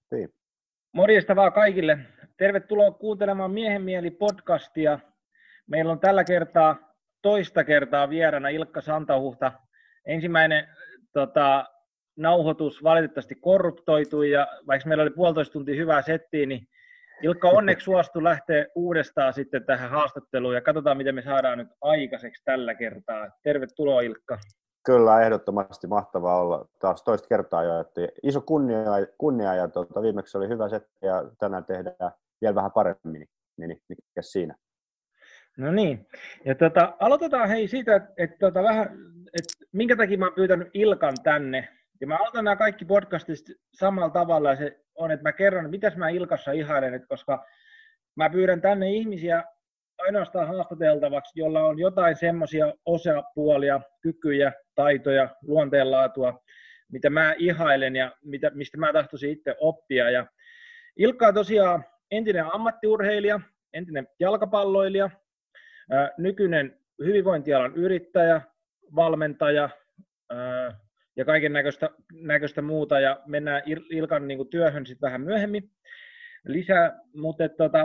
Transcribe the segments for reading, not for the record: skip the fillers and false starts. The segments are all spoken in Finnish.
Niin. Morjesta vaan kaikille. Tervetuloa kuuntelemaan Miehen mieli podcastia. Meillä on tällä kertaa toista kertaa vieraana Ilkka Santahuhta. Ensimmäinen nauhoitus valitettavasti korruptoitui, ja vaikka meillä oli 1,5 tuntia hyvää settiä, niin Ilkka onneksi suostui lähteä uudestaan sitten tähän haastatteluun, ja katsotaan, miten me saadaan nyt aikaiseksi tällä kertaa. Tervetuloa, Ilkka. Kyllä, ehdottomasti mahtavaa olla taas toista kertaa jo. Että iso kunnia ja viimeksi oli hyvä setti ja tänään tehdään vielä vähän paremmin, niin mikä siinä? No niin, ja aloitetaan hei siitä, että minkä takia mä oon pyytänyt Ilkan tänne. Ja mä aloitan nämä kaikki podcastista samalla tavalla, ja se on, että mä kerron, mitäs mä Ilkassa ihailen, koska mä pyydän tänne ihmisiä ainoastaan haastateltavaksi, jolla on jotain semmoisia osapuolia, kykyjä, taitoja, luonteenlaatua, mitä mä ihailen ja mistä mä tahtoisin itse oppia. Ja Ilkka on tosiaan entinen ammattiurheilija, entinen jalkapalloilija, nykyinen hyvinvointialan yrittäjä, valmentaja ja kaiken näköistä muuta, ja mennään Ilkan niin kuin työhön sitten vähän myöhemmin lisää, mutta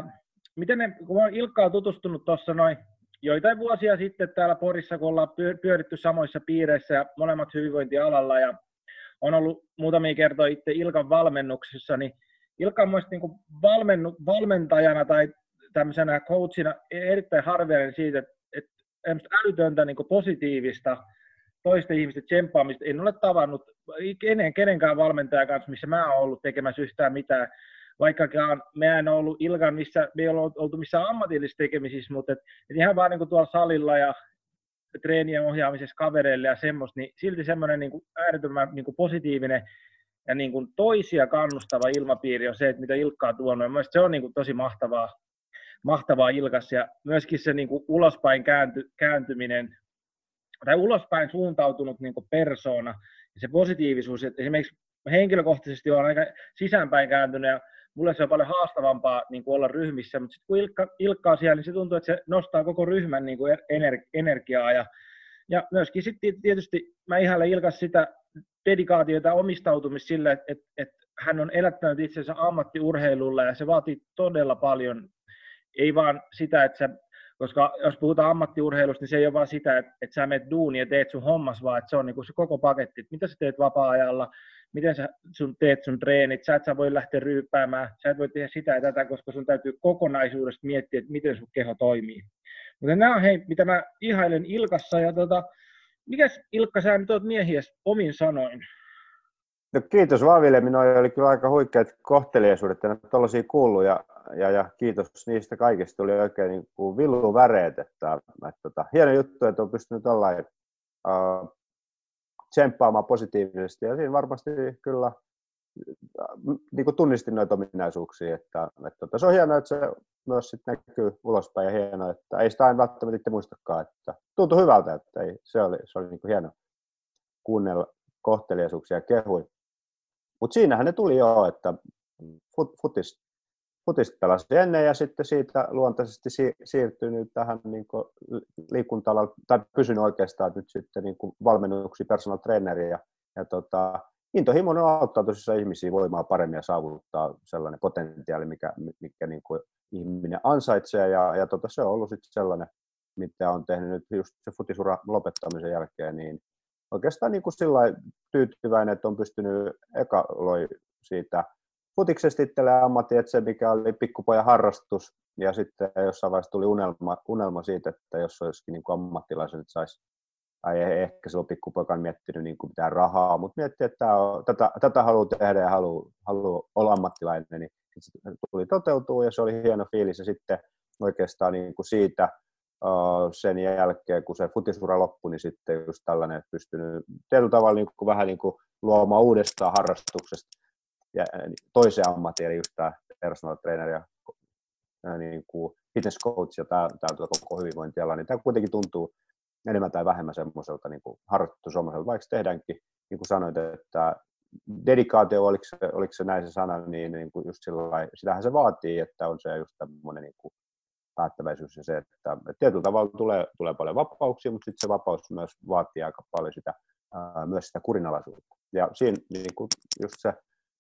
kun olen Ilkkaan tutustunut tuossa noin joitain vuosia sitten täällä Porissa, kun ollaan pyöritty samoissa piireissä ja molemmat hyvinvointialalla, ja on ollut muutamia kertoja itse Ilkan valmennuksessa, niin Ilkka on mielestäni niin valmentajana tai tämmöisenä coachina erittäin harvinainen siitä, että älytöntä niin positiivista toisten ihmisten tsemppaamista en ole tavannut kenenkään valmentajan kanssa, missä mä oon ollut tekemässä yhtään mitään. Vaikkakaan me en ole ollut Ilkan, missä me ei ole oltu missään ammatillisissa tekemisissä, mutta ihan vaan niin tuolla salilla ja treenien ohjaamisessa kavereille ja semmoista, niin silti semmoinen niin äärettömän niin positiivinen ja niin toisia kannustava ilmapiiri on se, että mitä Ilkka on tuonut. Mielestäni se on niin tosi mahtavaa Ilkassa, ja myöskin se niin ulospäin kääntyminen tai ulospäin suuntautunut niin persoona ja se positiivisuus, että esimerkiksi henkilökohtaisesti on aika sisäänpäin kääntynyt ja mulle se on paljon haastavampaa niin olla ryhmissä, mutta sitten kun Ilkka on siellä, niin se tuntuu, että se nostaa koko ryhmän niin energiaa, ja myöskin sitten tietysti mä ihailen Ilkassa sitä dedikaatiota ja omistautumista sille, että hän on elättänyt itsensä ammattiurheilulla, ja se vaatii todella paljon, ei vaan sitä, että koska jos puhutaan ammattiurheilusta, niin se ei ole vaan sitä, että sä menet duuniin ja teet sun hommas, vaan että se on niin kuin se koko paketti, että mitä sä teet vapaa-ajalla, miten sä teet sun treenit, sä et voi lähteä ryyppäämään, sä et voi tehdä sitä ja tätä, koska sun täytyy kokonaisuudesta miettiä, että miten sun keho toimii. Mutta nämä on hei, mitä mä ihailen Ilkassa, ja mikäs Ilkka sä nyt oot miehiä omin sanoin? No, kiitos vaan Vilhelmi, noi oli kyllä aika huikeat kohteliaisuudet, en ole tollaisia kuullut, ja kiitos niistä kaikista, tuli oikein niin kuin villuväreet, että hieno juttu, että on pystynyt jollain tsemppaamaan positiivisesti, ja siinä varmasti kyllä niin kuin tunnistin noita ominaisuuksia, että se on hienoa, että se myös sitten näkyy ulospäin, ja hienoa, että ei sitä aina välttämättä itse muistakaan, että tuntui hyvältä, että se oli niin kuin hieno kuunnella kohteliaisuuksia ja kehui. Mutta siinähän ne tuli jo, että futista pelasi ennen ja sitten siitä luontaisesti siirtynyt tähän niin liikunta-alalle, tai pysynyt oikeastaan nyt sitten niin valmennuksi personal traineri, ja intohimoinen auttaa tosissaan ihmisiä voimaan paremmin ja saavuttaa sellainen potentiaali, mikä niin kuin ihminen ansaitsee, ja se on ollut sitten sellainen, mitä on tehnyt nyt just se futisuran lopettamisen jälkeen, niin oikeastaan niin kuin sillain tyytyväinen, että on pystynyt loi siitä futiksesta itselleen ammatti, että se mikä oli pikkupojan harrastus, ja sitten jossain vaiheessa tuli unelma siitä, että jos olisikin niin ammattilaisen, että saisi, tai ehkä silloin pikkupoika on miettinyt niin kuin mitään rahaa, mutta miettii, että tätä haluaa tehdä ja haluaa olla ammattilainen, niin se tuli toteutua ja se oli hieno fiilis, ja sitten oikeastaan niin kuin siitä sen jälkeen, kun se futisura loppui, niin sitten just tällainen, että pystynyt tietyllä tavalla niin kuin vähän niin kuin luomaan uudestaan harrastuksesta ja toiseen ammattiin, eli just tämä personal trainer ja niin kuin fitness coach ja tämä koko hyvinvointiala, niin tämä kuitenkin tuntuu enemmän tai vähemmän semmoiselta niin kuin harrastusommaiselta, vaikka tehdäänkin, niin kuin sanoit, että dedikaatio, oliko se näin se sana, niin kuin just sillä sitähän se vaatii, että on se just tämmöinen niin kuin päättäväisyys ja se, että tietyllä tavalla tulee paljon vapauksia, mutta sitten se vapaus myös vaatii aika paljon myös sitä kurinalaisuutta. Ja siinä niin kuin just se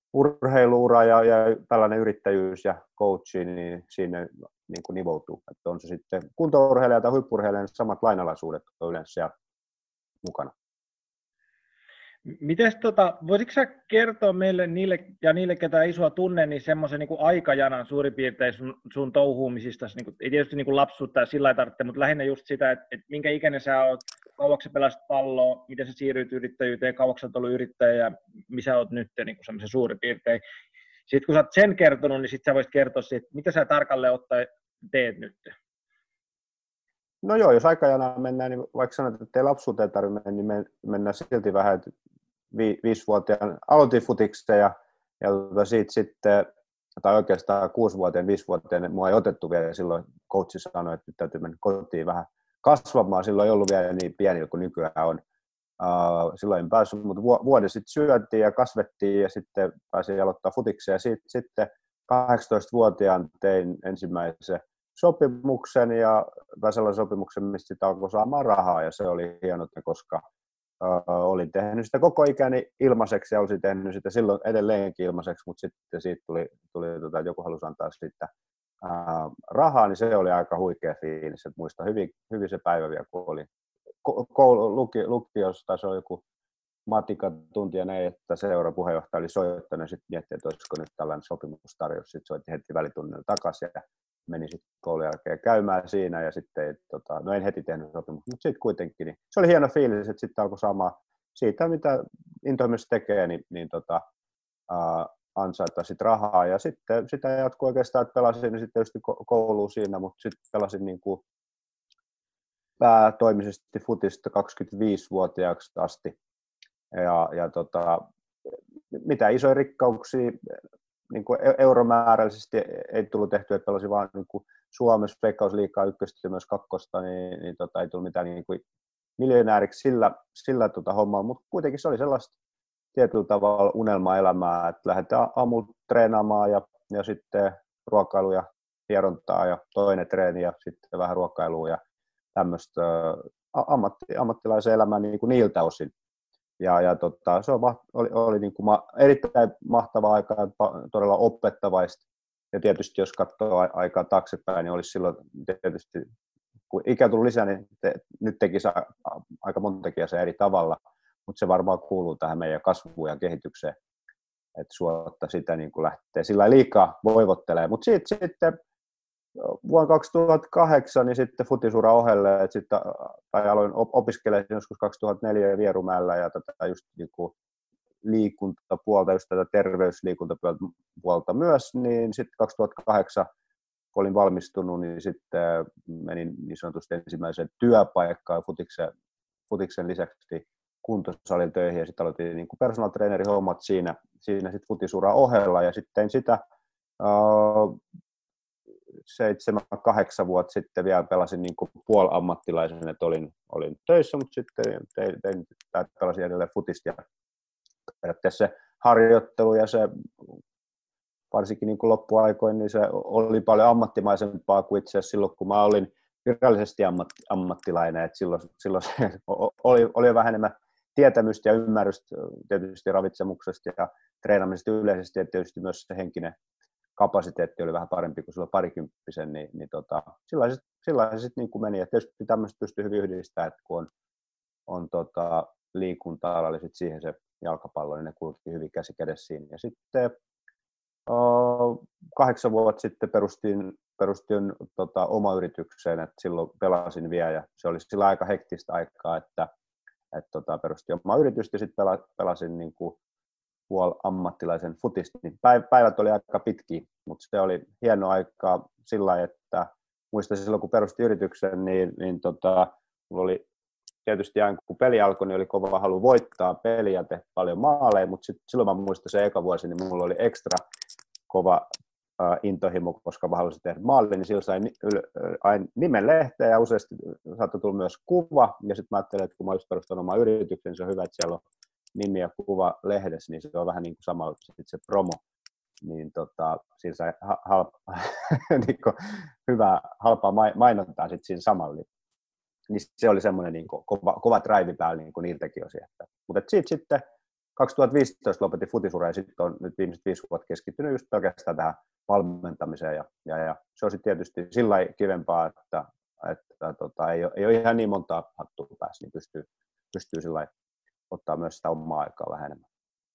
urheiluura ja tällainen yrittäjyys ja coachi, niin siinä niin kuin nivoutuu. Että on se sitten kuntourheilija tai huippu-urheilija, niin samat lainalaisuudet on yleensä siellä mukana. Mites voisitko sä kertoa meille niille, ketä ei sua tunne, niin semmoisen niin aikajanan suurin piirtein sun touhuumisista, niin kuin, ei tietysti niin lapsuutta ja sillä ei tarvitse, mutta lähinnä just sitä, että minkä ikäinen sä oot, kauaksi sä pelasit palloa, miten sä siirryit yrittäjyyteen, kauaksi sä oot ollut yrittäjä ja missä oot nyt, niin kuin semmoisen suurin piirtein. Sitten kun sä oot sen kertonut, niin sitten sä voisit kertoa siitä, mitä sä tarkalleen ottaen teet nyt. No joo, jos aikajanaan mennään, niin vaikka sanot, että ei lapsuuteen tarvitse mennä, niin mennään silti vähän, että 5-vuotiaan aloitin futikseen ja siitä sitten, tai oikeastaan 6-vuotiaan, 5-vuotiaan, mua ei otettu vielä, ja silloin coachi sanoi, että nyt täytyy mennä kotiin vähän kasvamaan, silloin ei ollut vielä niin pieni kuin nykyään on. Silloin en päässyt, mutta vuoden sitten syötiin ja kasvettiin ja sitten pääsin aloittaa futikseen, ja sitten 18-vuotiaan tein ensimmäisen sopimuksen ja sellaisen sopimuksen, mistä sitä alkoi saamaan rahaa, ja se oli hieno, koska olin tehnyt sitä koko ikäni ilmaiseksi ja olisin tehnyt sitä silloin edelleenkin ilmaiseksi, mutta sitten siitä tuli joku halusi antaa siitä rahaa, niin se oli aika huikea fiilis. Et muistan hyvin se päivä vielä, kun oli lukiossa, tai se oli joku matikkatunti ja näin, että seuran puheenjohtaja oli soittanut ja sitten mietti, että olisiko nyt tällainen sopimustarjous. Sitten soitti heti välitunnilla takaisin ja meni sitten koulun jälkeen käymään siinä ja sitten, no en heti tehnyt sopimusta, mutta sitten kuitenkin, niin se oli hieno fiilis, että sitten alkoi saamaan siitä, mitä intohimoisesti tekee, niin ansaita sitten rahaa ja sitten sitä jatkuu oikeastaan, että pelasin niin sitten tietysti kouluun siinä, mutta sitten pelasin niin kuin päätoimisesti futista 25-vuotiaaksi asti ja mitä isoja rikkauksia niin kuin euromääräisesti ei tullut tehtyä, että pelasin vaan niin kuin Suomessa Veikkausliigaa ykköstä ja myös kakkosta, niin ei tullut mitään niin kuin miljonääriksi sillä hommaa, mutta kuitenkin se oli sellaista tietyllä tavalla unelmaelämää, että lähdetään aamulla treenaamaan ja sitten ruokailu ja hierontaa ja toinen treeni ja sitten vähän ruokailua ja tämmöistä ammattilaisen elämää niin kuin niiltä osin. Se oli niin kuin erittäin mahtava aika, todella opettavaista. Ja tietysti jos katsoo aikaa taaksepäin, niin olisi silloin tietysti, kun ikä tuli lisää, niin nyt tekisi aika montakin asiaa eri tavalla. Mutta se varmaan kuuluu tähän meidän kasvuun ja kehitykseen, että suotta sitä niin kuin lähtee sillä liikaa voivottelemaan. Mutta sitten vuonna 2008 niin sitten futisura ohelle, että sitten aloin opiskelemaan joskus 2004 Vierumäellä ja tätä just niin kuin liikuntapuolta, just tätä terveysliikuntapuolta myös, niin sitten 2008 kun olin valmistunut, niin sitten menin niin sanotusti ensimmäiseen työpaikkaan futiksen lisäksi kuntosalin töihin ja sitten aloitin niin kuin personal trainerin hommat siinä sitten futisura ohella ja sitten sitä 7-8 vuotta sitten vielä pelasin niin kuin puolammattilaisen, että olin töissä, mutta sitten pelasin edelleen futista ja periaatteessa se harjoittelu ja se varsinkin niin kuin loppuaikoin, niin se oli paljon ammattimaisempaa kuin itse asiassa silloin, kun mä olin virallisesti ammattilainen, että silloin se oli jo vähän enemmän tietämystä ja ymmärrystä tietysti ravitsemuksesta ja treenaamisesta yleisesti ja tietysti myös se henkinen kapasiteetti oli vähän parempi kuin silloin parikymppisen, niin sillä se sitten niin kuin meni. Ja tietysti tämmöistä pystyy hyvin yhdistämään, että kun on liikunta-ala, eli sitten siihen se jalkapallo, niin ne kulki hyvin käsi kädessä siinä. Ja sitten 8 vuotta sitten perustin oma yritykseen, että silloin pelasin vielä ja se oli sillä aika hektistä aikaa, että perustin oma yritys ja sitten pelasin niin kuin ammattilaisen futista, niin päivät oli aika pitkiä, mutta se oli hieno aikaa sillä lailla, että muistan silloin kun perustin yrityksen, niin mulla oli tietysti aina kun peli alkoi, niin oli kova halu voittaa peliä ja tehdä paljon maaleja, mutta silloin mä muistan se eka vuosi, niin mulla oli ekstra kova intohimo, koska mä halusin tehdä maalin, niin silloin sain aina nimen lehteen ja useasti saattoi tulla myös kuva, ja sitten mä ajattelin, että kun mä olisin perustanut oman yrityksen, niin se on hyvä, että siellä on nimi ja kuva lehdessä, niin se on vähän niin kuin samalla se promo, niin siinä sai niin hyvää, halpaa mainontaa sitten siinä samalla. Niin se oli semmoinen niin kova drive päällä niin niiltäkin osin. Mutta siitä sitten 2015 lopetin futisura ja sitten on nyt viimeiset 5 vuotta keskittynyt just oikeastaan tähän valmentamiseen ja se on sitten tietysti sillä lailla kivempaa, että ei ole ihan niin montaa hattua päässä, niin pystyy sillä lailla ottaa myös sitä omaa aikaa vähän enemmän.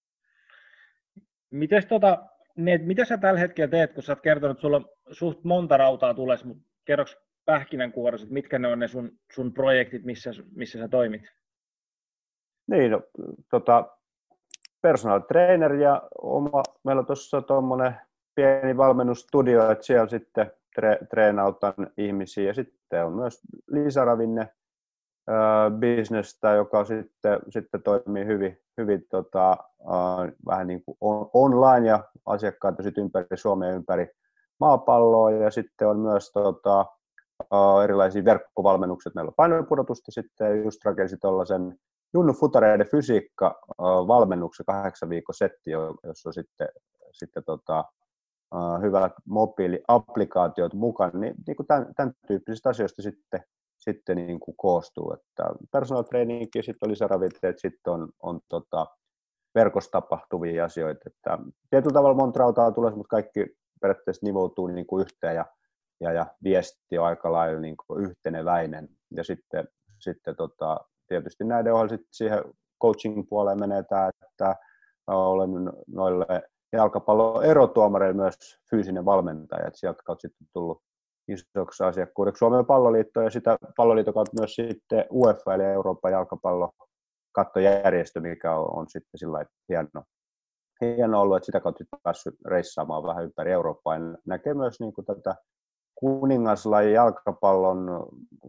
Mitä sä tällä hetkellä teet, kun sä oot kertonut, että sulla on suht monta rautaa tulessa, mutta kerroks pähkinänkuoressa, että mitkä ne on ne sun projektit, missä sä toimit? Niin, personal trainer ja meillä on tuossa tuommoinen pieni valmennusstudio, että siellä sitten treenautan ihmisiä ja sitten on myös Liisa Ravinne bisnestä, joka sitten toimii hyvin vähän niin kuin online ja asiakkaita sitten ympäri Suomea ympäri maapalloa ja sitten on myös erilaisia verkkovalmennuksia. Meillä on painonpudotusta sitten just rakensin tuollaisen Junnu Futareiden fysiikka-valmennuksen 8 viikon setti, jossa on sitten hyvät mobiiliapplikaatiot mukana, niin kuin tämän tyyppisistä asioista sitten niin kuin koostuu. Että personal training ja sitten on lisäravitteet, sitten on verkossa tapahtuvia asioita. Että tietyllä tavalla monta rautaa tulee, mutta kaikki periaatteessa nivoutuu niin kuin yhteen ja viesti on aika lailla niin kuin yhteneväinen. Ja sitten tietysti näiden ohella sitten siihen coaching-puoleen menee tämä, että olen noille jalkapallon erotuomareille myös fyysinen valmentaja, että sieltä kautta sitten tullut isoksi asiakkuudeksi Suomen palloliitto ja sitä palloliiton kautta myös sitten UEFA eli Euroopan jalkapallokattojärjestö, mikä on sitten sillä hieno ollut, että sitä kautta sitten päässyt reissaamaan vähän ympäri Eurooppaa. Ja näkee myös niin kuin tätä kuningaslajin jalkapallon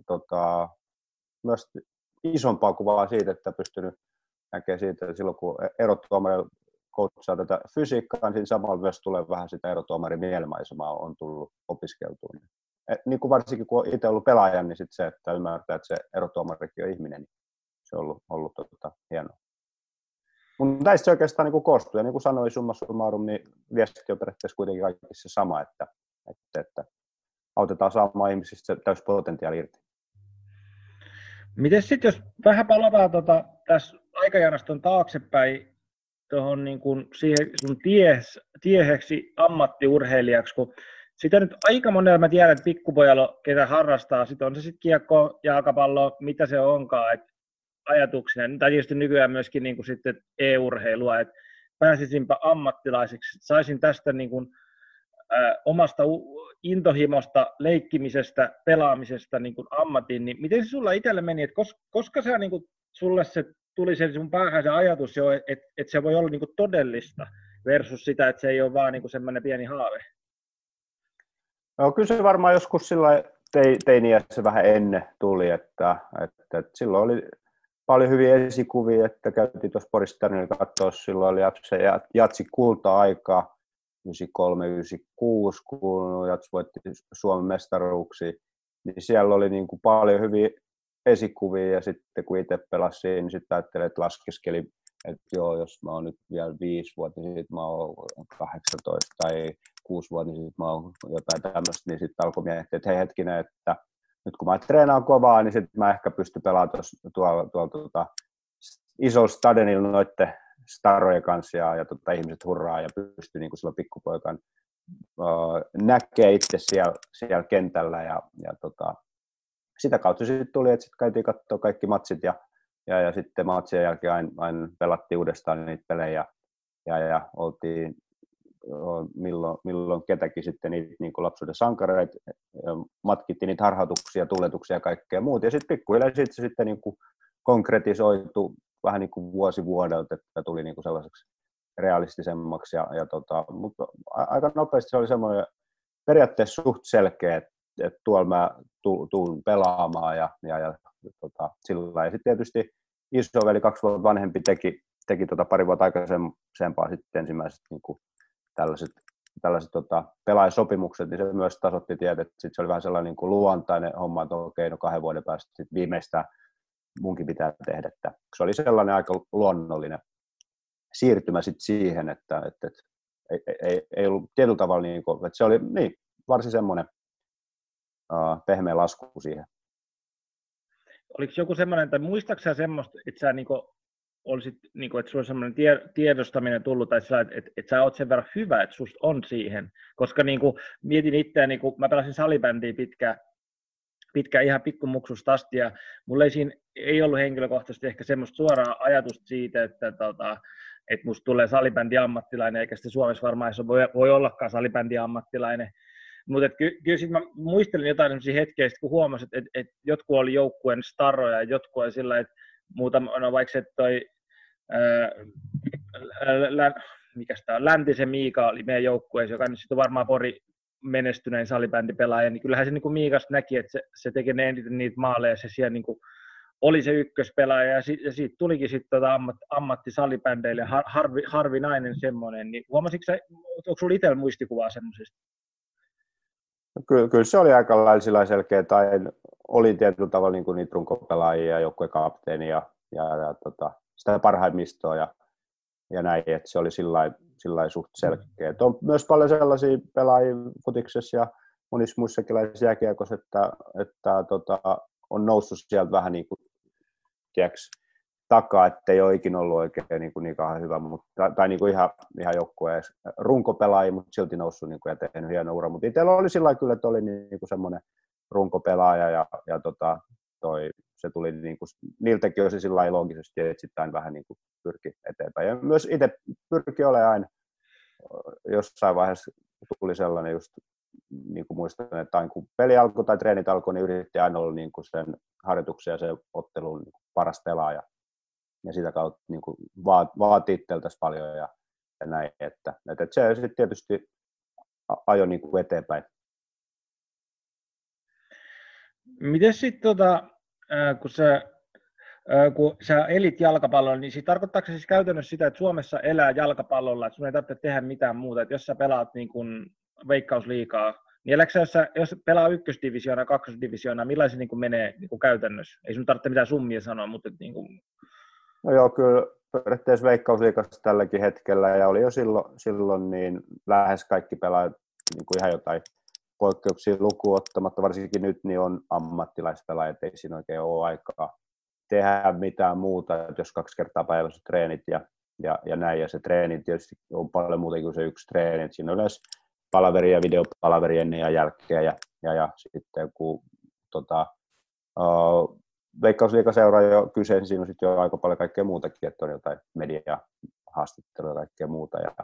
myös isompaa kuvaa siitä, että pystynyt näkemään siitä, että silloin kun erotuomarilla coachaa tätä fysiikkaa, niin samalla myös tulee vähän sitä erotuomarin mielenmaisemaa on tullut opiskeltua. Niin kuin varsinkin kun on itse ollut pelaaja, niin sitten se, että ymmärtää, että se erotuomarikin on ihminen, niin se on ollut hienoa. Mutta näistä se oikeastaan niin koostuu, ja niin kuin sanoin summa summarum, niin viesti on periaatteessa kuitenkin kaikissa sama, että autetaan saamaan ihmisistä se täysi potentiaali irti. Miten sitten, jos vähän palataan tässä aikajanaston taaksepäin tuohon niin kuin siihen sun tieheksi ammattiurheilijaksi, kun sitä nyt aika monella mä tiedän, että pikkupojalla, ketä harrastaa, sit on se sitten kiekko, jalkapallo, mitä se onkaan, että ajatuksia, tai tietysti nykyään myöskin niin kuin sitten e-urheilua, että pääsisinpä ammattilaiseksi, saisin tästä niin kuin, omasta intohimosta, leikkimisestä, pelaamisesta niin kuin ammatin, niin miten se sulla itselle meni, että koska sä, niin kuin, sulle se tuli se sun päähän se ajatus jo, että se voi olla niin kuin todellista versus sitä, että se ei ole vaan niin kuin semmoinen pieni haave? No, kyllä se varmaan joskus sillä teiniässä vähän ennen tuli, että silloin oli paljon hyviä esikuvia, että käytiin tuossa Poristanilla katsoa, silloin oli Jatsi kulta-aikaa, 93-96, kun Jats voitti Suomen mestaruuksia, niin siellä oli niin kuin paljon hyviä esikuvia ja sitten kun itse pelasin, niin sitten ajattelin, että laskeskelin, että joo, jos mä oon nyt vielä 5 vuotta, niin sitten mä oon 18 tai 6 vuotta, niin sitten mä oon jotain tämmöistä, niin sitten alkoi miettiä, että hei hetkinen, että nyt kun mä treenaan kovaa, niin sitten mä ehkä pystyn pelaamaan tuolla isolla stadionilla noitten starojen kanssa ja ihmiset hurraa ja pystyy niin kuin silloin pikkupoikan näkee itse siellä kentällä ja sitä kautta sitten tuli, että sitten käytiin katsoa kaikki matsit ja sitten matsien jälkeen aina pelattiin uudestaan niitä pelejä ja oltiin milloin ketäkin sitten niitä niin kuin lapsuuden sankareita, matkittiin niitä harhautuksia, tuletuksia ja kaikkea muuta ja sitten pikkuhiljaa se sitten niin kuin konkretisoitu vähän niin kuin vuosi vuodelta, että tuli niin kuin sellaiseksi realistisemmaksi mutta aika nopeasti se oli semmoinen periaatteessa suht selkeä, että tuolla mä tuun pelaamaan ja sillä ja sitten tietysti isoveli 2 vuotta vanhempi teki pari vuotta aikaisempaa sitten ensimmäiset niin kuin tällaiset pelaajasopimukset, niin se myös tasoitti tietä, että sitten se oli vähän sellainen niin kuin luontainen homma, että okei, no 2 vuoden päästä sitten viimeistään munkin pitää tehdä, että se oli sellainen aika luonnollinen siirtymä sitten siihen, että ei ollut tietyllä tavalla, niin kuin, että se oli niin, varsin semmoinen pehmeä lasku siihen. Oliko joku semmoinen, tai muistaaksä semmoista, että sä niinku olisit, niin kuin, että sulla on sellainen tiedostaminen tullut, tai että sä oot sen verran hyvä, että susta on siihen. Koska niin kuin, mietin itseäni, niin mä pelasin salibändiä pitkään ihan pikkumuksusta asti, ja mulla ei ollut henkilökohtaisesti ehkä semmoista suoraa ajatusta siitä, että musta tulee salibändiammattilainen, eikä sitten Suomessa varmaan voi ollakaan salibändiammattilainen. Mutta kyllä sitten mä muistelin jotain sellaisia hetkiä, kun huomasin, että jotkut oli joukkueen staroja, ja jotkut oli sillä, että muutama, vaikka se toi Läntisen Miika oli meidän joukkueessa, joka nyt sitten on varmaan Pori menestynein salibändipelaaja, niin kyllähän se niin kuin Miikasta näki, että se teki eniten niitä maaleja, ja se siellä niin kuin oli se ykköspelaaja, ja siitä tulikin sitten ammattisalibändeille, harvinainen semmoinen. Niin huomasitko sä, onko sinulla itsellä muistikuvaa semmoisesta? Kyllä se oli aika lailla selkeä, tai oli tietyllä tavalla niin kuin niitä runkopelaajia ja joukkueen kapteeni ja sitä parhaimmistoa ja näin, että se oli sillä suht selkeä. On myös paljon sellaisia pelaajia futiksessa ja monissa muissakin laisissa jääkiekossa, että on noussut sieltä vähän niin kuin, takaa, ettei ole ikinä ollut oikein niin kauhean hyvä, tai niin kuin ihan joukkueen runkopelaaja, mutta silti noussut niin kuin, ja tehnyt hieno ura. Mutta itsellä oli sillä kyllä, että oli niin kuin semmoinen runkopelaaja, ja se tuli niin kuin, niiltäkin olisi sillä lailla loogisesti, että sitten vähän niin kuin pyrki eteenpäin. Ja myös itse pyrki olemaan aina, jossain vaiheessa tuli sellainen just, niin kuin muistan, että aina kun peli alkoi tai treenit alkoi, niin yritti aina olla niin kuin sen harjoituksen ja sen ottelun niin kuin paras pelaaja. Ja sitä kautta niin kuin vaati itseltäsi paljon ja näin, että se sitten tietysti ajoi niin kuin eteenpäin. Miten sitten, kun sä elit jalkapallolla, niin tarkoittaako se siis käytännössä sitä, että Suomessa elää jalkapallolla, että sun ei tarvitse tehdä mitään muuta, että jos sä pelaat niin kuin Veikkausliigaa, niin eläksä, jos pelaa ykkösdivisioona, kakkosdivisioona, millaisen niin kuin menee niin kuin käytännössä? Ei sun tarvitse mitään summia sanoa, mutta niin kuin... No joo, kyllä periaatteessa Veikkausliigassa tälläkin hetkellä, ja oli jo silloin niin lähes kaikki pelaajat niin kuin ihan jotain poikkeuksia lukuun ottamatta, varsinkin nyt niin on ammattilaispelaajat, ei siinä oikein ole aikaa tehdä mitään muuta, että jos 2 kertaa päivässä treenit ja näin, ja se treeni tietysti on paljon muuta kuin se yksi treeni, että siinä on yleensä palaveri ja videopalaveri ennen ja jälkeen, ja sitten kun Veikkausliigaseuraa jo kyseessä, siinä on sitten jo aika paljon kaikkea muutakin, että on jotain media-haastattelua ja kaikkea muuta. Ja,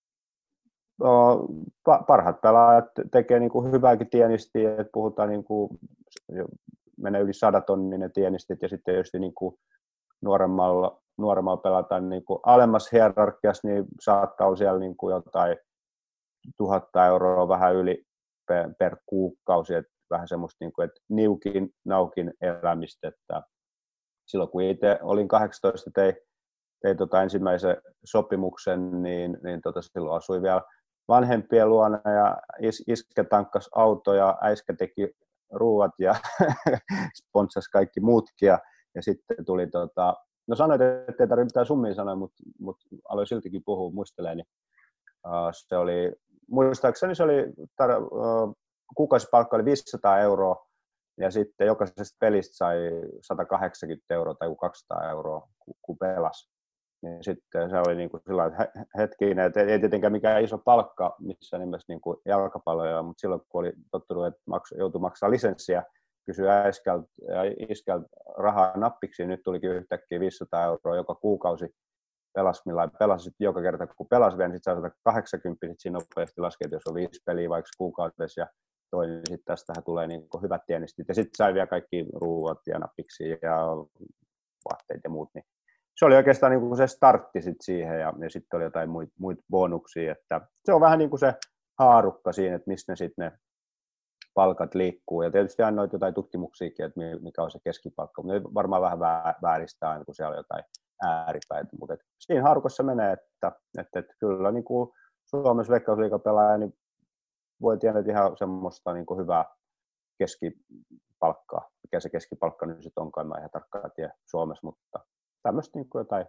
parhaat pelaajat tekee niin kuin hyvääkin tienistiä, että puhutaan niin kuin, menee yli 100 tonninen tienistit, ja sitten tietysti niin kuin nuoremmalla pelataan niin kuin alemmassa hierarkiassa, niin saattaa olla siellä niin kuin jotain 1 000 € vähän yli per kuukausi, että vähän semmoista, niin kuin, että naukin elämistä. Että silloin kun itse olin 18, tein ensimmäisen sopimuksen, niin silloin asuin vielä vanhempien luona ja iskä tankkasi auto ja äiskä teki ruuat ja sponssasi kaikki muutkin. Ja sitten tuli, no sanoit, että ei tarvitse mitään summia sanoa, mutta aloin siltikin puhua, muistelee, niin se oli, muistaakseni se oli kuukausipalkka oli 500 € ja sitten jokaisesta pelistä sai 180 € tai 200 €, kun pelasi. Niin sitten se oli niin kuin sellainen hetkinen, että ei tietenkään mikään iso palkka missään nimessä niin kuin jalkapalloja, mutta silloin kun oli tottunut, että joutui maksaa lisenssiä, kysyi äiskältä ja iskältä rahaa nappiksi, nyt tulikin yhtäkkiä 500 € joka kuukausi. Pelasi sitten joka kerta, kun pelasi vielä, niin sitten sai 180, sitten siinä nopeasti laskee, että jos on 5 peliä vaikka kuukaudessa ja toinen, niin sitten tästähän tulee niin kuin hyvät tienistit. Ja sitten sai vielä kaikki ruuat ja nappiksi ja vaatteet ja muut. Niin se oli oikeastaan niin kuin se startti sit siihen ja sitten oli jotain muita bonuksia. Että se on vähän niin kuin se haarukka siinä, että mistä ne palkat liikkuu. Ja tietysti aina noita jotain tutkimuksiakin, että mikä on se keskipalkka. Mutta varmaan vähän vääristää aina, kun siellä on jotain ääripäitä. Mutta siinä haarukassa menee, että kyllä niin kuin Suomessa Veikkausliigapelaaja niin voi tiedä ihan semmoista niin kuin hyvää keskipalkkaa. Mikä se keskipalkka nyt sitten onkaan, mä ihan tarkkaan tiedä Suomessa, mutta tämmöistä niin kuin jotain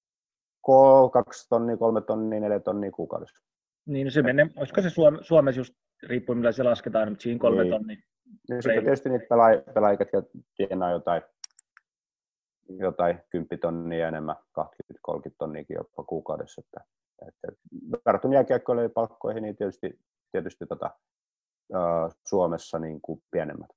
2 tonnia, 3 tonnia, 4 tonnia kuukaudessa. Niin, se menee, olisiko se Suomessa just, riippuen millä se lasketaan, mutta siinä 3 tonnia. Niin sitten tietysti niitä pelaajia, jotka tienaa jotain jotain 10 tonnia enemmän, 20-30 tonniakin jopa kuukaudessa. Että verrattuna jääkiekkoilijoiden palkkoihin, niin tietysti Suomessa niin kuin pienemmät.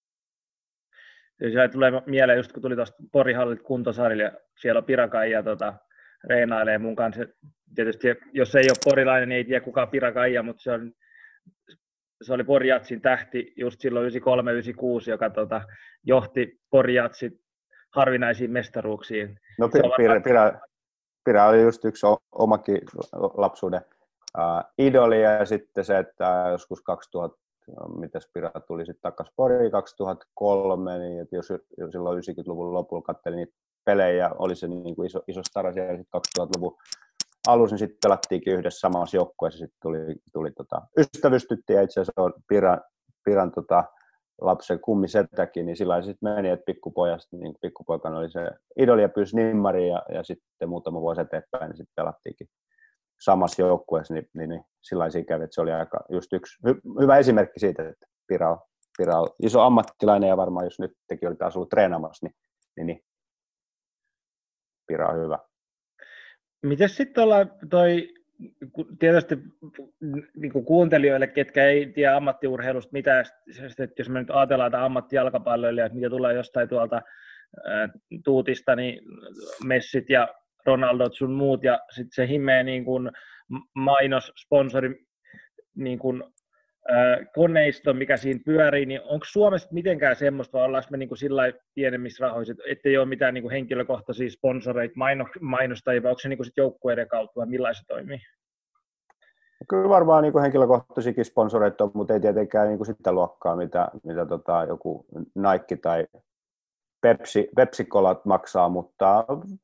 Se tulee mieleen, just kun tuli tuosta Porihallit kuntosalille, ja siellä on Pirakaija reenailee mun kanssa. Tietysti jos ei ole porilainen, niin ei tiedä kukaan Pirakaija, mutta se oli Porijatsin tähti just silloin 93-96, joka johti Porijatsit harvinaisiin mestaruuksiin. No Pira oli just yksi omakin lapsuuden idoli, ja sitten se, että joskus 2000, mitäs Pira tuli sitten takaisin Poriin 2003, niin että jos silloin 90-luvun lopulla katselin niitä pelejä, oli se niin kuin iso stara siellä, ja sitten 2000-luvun alussa niin sitten pelattiinkin yhdessä samassa joukkueessa, sitten tuli ystävystyttiin, ja itse asiassa on Piran lapsen kummisetäkin, niin sillä sitten meni, että pikkupoikana oli se idoli ja pyysi nimmariin, ja sitten muutama vuosi eteenpäin, niin sitten pelattiinkin samassa joukkueessa, niin sillä siinä kävi, että se oli aika just yksi hyvä esimerkki siitä, että Pira on iso ammattilainen, ja varmaan jos nyt tekin oli taas ollut treenaamassa, niin Pira on hyvä. Miten sitten ollaan tietysti niin kuin kuuntelijoille, ketkä ei tiedä ammattiurheilusta mitään, että jos me nyt ajatellaan tämä ammattijalkapalloilija, mikä tulee jostain tuolta tuutista, niin Messit ja Ronaldot sun muut, ja sitten se himmeä niin kuin mainos, sponsori, niin kuin koneisto, mikä siinä pyörii, niin onko Suomessa mitenkään semmoista, vai ollaanko me niin kuin sillä pienemmissä rahoissa, ettei ole mitään niin kuin henkilökohtaisia sponsoreita, mainostajia, vai onko se niin kuin sit joukkueiden kautta, vai millainen se toimii? Kyllä varmaan niin kuin henkilökohtaisiakin sponsoreita on, mutta ei tietenkään niin kuin sitä luokkaa, mitä joku Nike tai Pepsi-kolat maksaa, mutta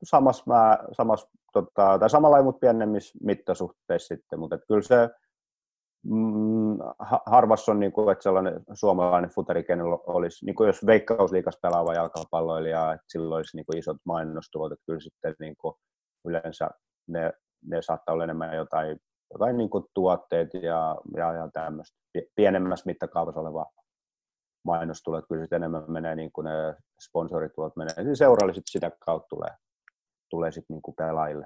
samalla mutta pienemmissä mittasuhteissa sitten, mutta kyllä se harvassa on, niin kuin, että sellainen suomalainen futari, kenellä olisi, niin kuin jos Veikkausliigassa pelaava jalkapalloilija, että sillä olisi niin kuin isot mainostulot, että kyllä sitten niin kuin yleensä ne saattaa olla enemmän jotain niin kuin tuotteet ja tämmöistä pienemmässä mittakaavassa olevaa mainostulot, kyllä sitten enemmän menee niin kuin ne sponsoritulot menee, niin seuraille sitten sitä kautta tulee sitten niin kuin pelaajille.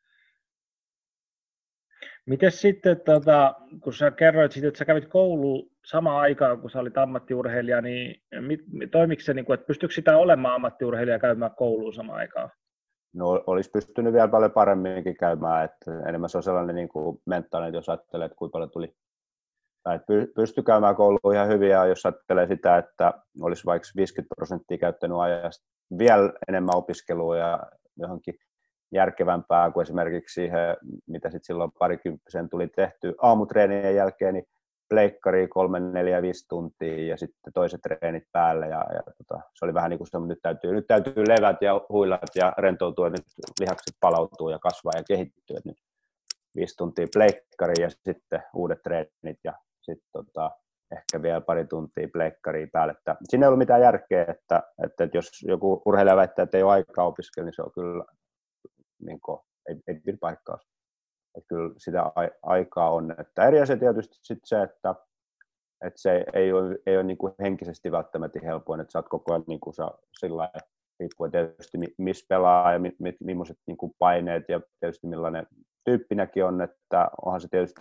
Miten sitten, kun sä kerroit siitä, että sä kävit kouluun samaan aikaan, kun sä olit ammattiurheilija, niin toimiko se, että pystyykö sitä olemaan ammattiurheilija käymään kouluun samaan aikaan? No olisi pystynyt vielä paljon paremminkin käymään, että enemmän se on sellainen niin kuin mentaalinen, että jos ajattelee, että kuinka paljon tuli, tai pystyi käymään kouluun ihan hyvin, ja jos ajattelee sitä, että olisi vaikka 50% käyttänyt ajasta vielä enemmän opiskelua ja johonkin järkevämpää kuin esimerkiksi siihen, mitä sitten silloin parikymppisen tuli tehty aamutreenien jälkeen, niin pleikkari 3, 4, 5 tuntia ja sitten toiset treenit päälle. Ja se oli vähän niin kuin se, nyt täytyy levät ja huilat ja rentoutua, nyt lihakset palautuu ja kasvaa ja kehittyy. Nyt 5 tuntia pleikkari ja sitten uudet treenit ja sitten ehkä vielä pari tuntia pleikkaria päälle. Siinä ei ollut mitään järkeä, että jos joku urheilija väittää, että ei ole aikaa opiskella, niin se on kyllä niin kuin, ei pidä paikkaa. Että kyllä sitä aikaa on. Että eri asia tietysti sitten se, että se ei ole niin kuin henkisesti välttämättä helpoin, että sä oot koko ajan niin kuin sillä riippuen tietysti missä pelaa ja millaiset niin kuin paineet ja tietysti millainen tyyppinäkin on, että onhan se tietysti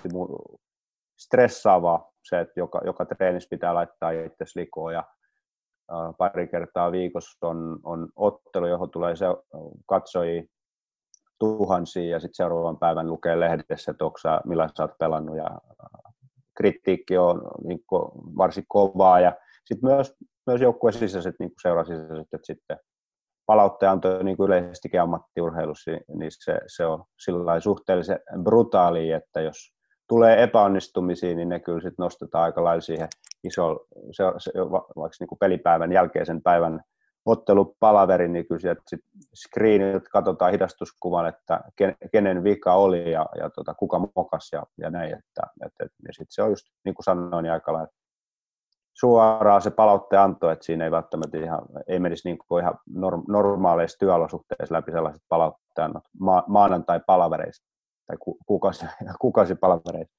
stressaavaa se, että joka treenissä pitää laittaa itsesi likoon ja pari kertaa viikossa on ottelu, johon tulee se katsojia tuhansia ja sitten seuraavan päivän lukee lehdessä, että millaisen sä oot pelannut ja kritiikki on niin kuin varsin kovaa ja sitten myös joukkueen sisäiset niin seurasisäiset, että sitten palautteenanto niin kuin yleisestikin ammattiurheilussa, niin se on sillä suhteellisen brutaalia, että jos tulee epäonnistumisia, niin ne kyllä sitten nostetaan aika lailla siihen isoon, vaikka niin kuin pelipäivän jälkeisen päivän ottelupalaverin, niin kyllä sieltä screenit katsotaan hidastuskuvan, että kenen vika oli ja kuka mokas ja näin. Ja sitten se on just, niin kuin sanoin, niin aika lailla suoraan se palautteenanto, että siinä ei välttämättä ei menisi niin kuin ihan normaaleissa työolosuhteissa läpi sellaiset palautteannot maanantai-palavereissa tai kuukausipalavereissa.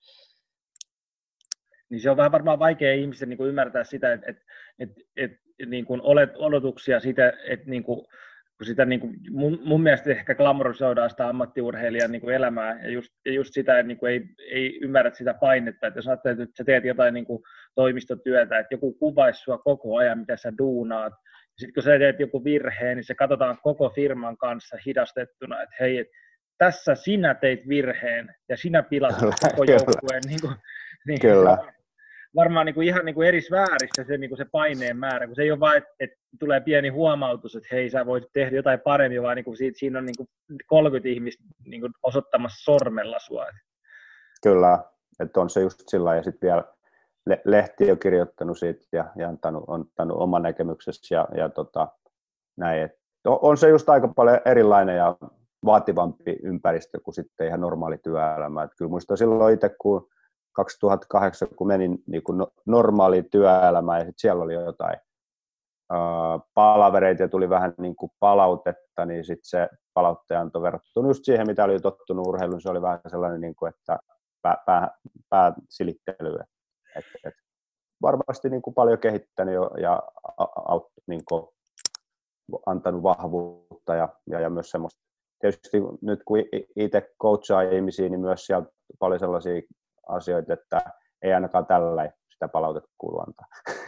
Niin se on vähän varmaan vaikea ihmisten niin kuin ymmärtää sitä, että niin kuin odotuksia siitä, että niin kuin kun sitä niin kuin, mun mielestä ehkä glamorisoidaan sitä ammattiurheilijan niin kuin elämää ja just sitä, että niin kuin ei ymmärrä sitä painetta, että jos ajattelet, että sä teet jotain niin kuin toimistotyötä, että joku kuvaisi sua koko ajan, mitä sä duunaat, ja sitten kun sä teet joku virheen, niin se katsotaan koko firman kanssa hidastettuna, että hei, et tässä sinä teit virheen ja sinä pilasit koko joukkueen. Niin, Kyllä. varmaan niin kuin ihan niin kuin eri sfäärissä se, niin kuin se paineen määrä, kun se ei ole vain, että tulee pieni huomautus, että hei, sä voisit tehdä jotain paremmin, vaan niin kuin siinä on niin kuin 30 ihmistä niin kuin osoittamassa sormella sua. Kyllä, että on se just sillä lailla, ja sitten vielä lehti on kirjoittanut siitä ja antanut oman näkemyksessä ja näin. Et on se just aika paljon erilainen ja vaativampi ympäristö kuin sitten ihan normaali työelämä. Et kyllä muistan silloin itse, kun 2008, kun menin niin kuin normaaliin työelämään ja sitten siellä oli jotain palavereita ja tuli vähän niin kuin palautetta, niin sitten se palautteanto verrattuna just siihen, mitä oli tottunut urheiluun, se oli vähän sellainen, niin kuin, että pääsilittelyä. Et varmasti niin kuin paljon kehittänyt ja niin kuin antanut vahvuutta ja myös semmoista. Tietysti nyt kun itse coachaa ihmisiä, niin myös siellä paljon sellaisia asioita, että ei ainakaan tällä sitä palautetta kuulu antaa.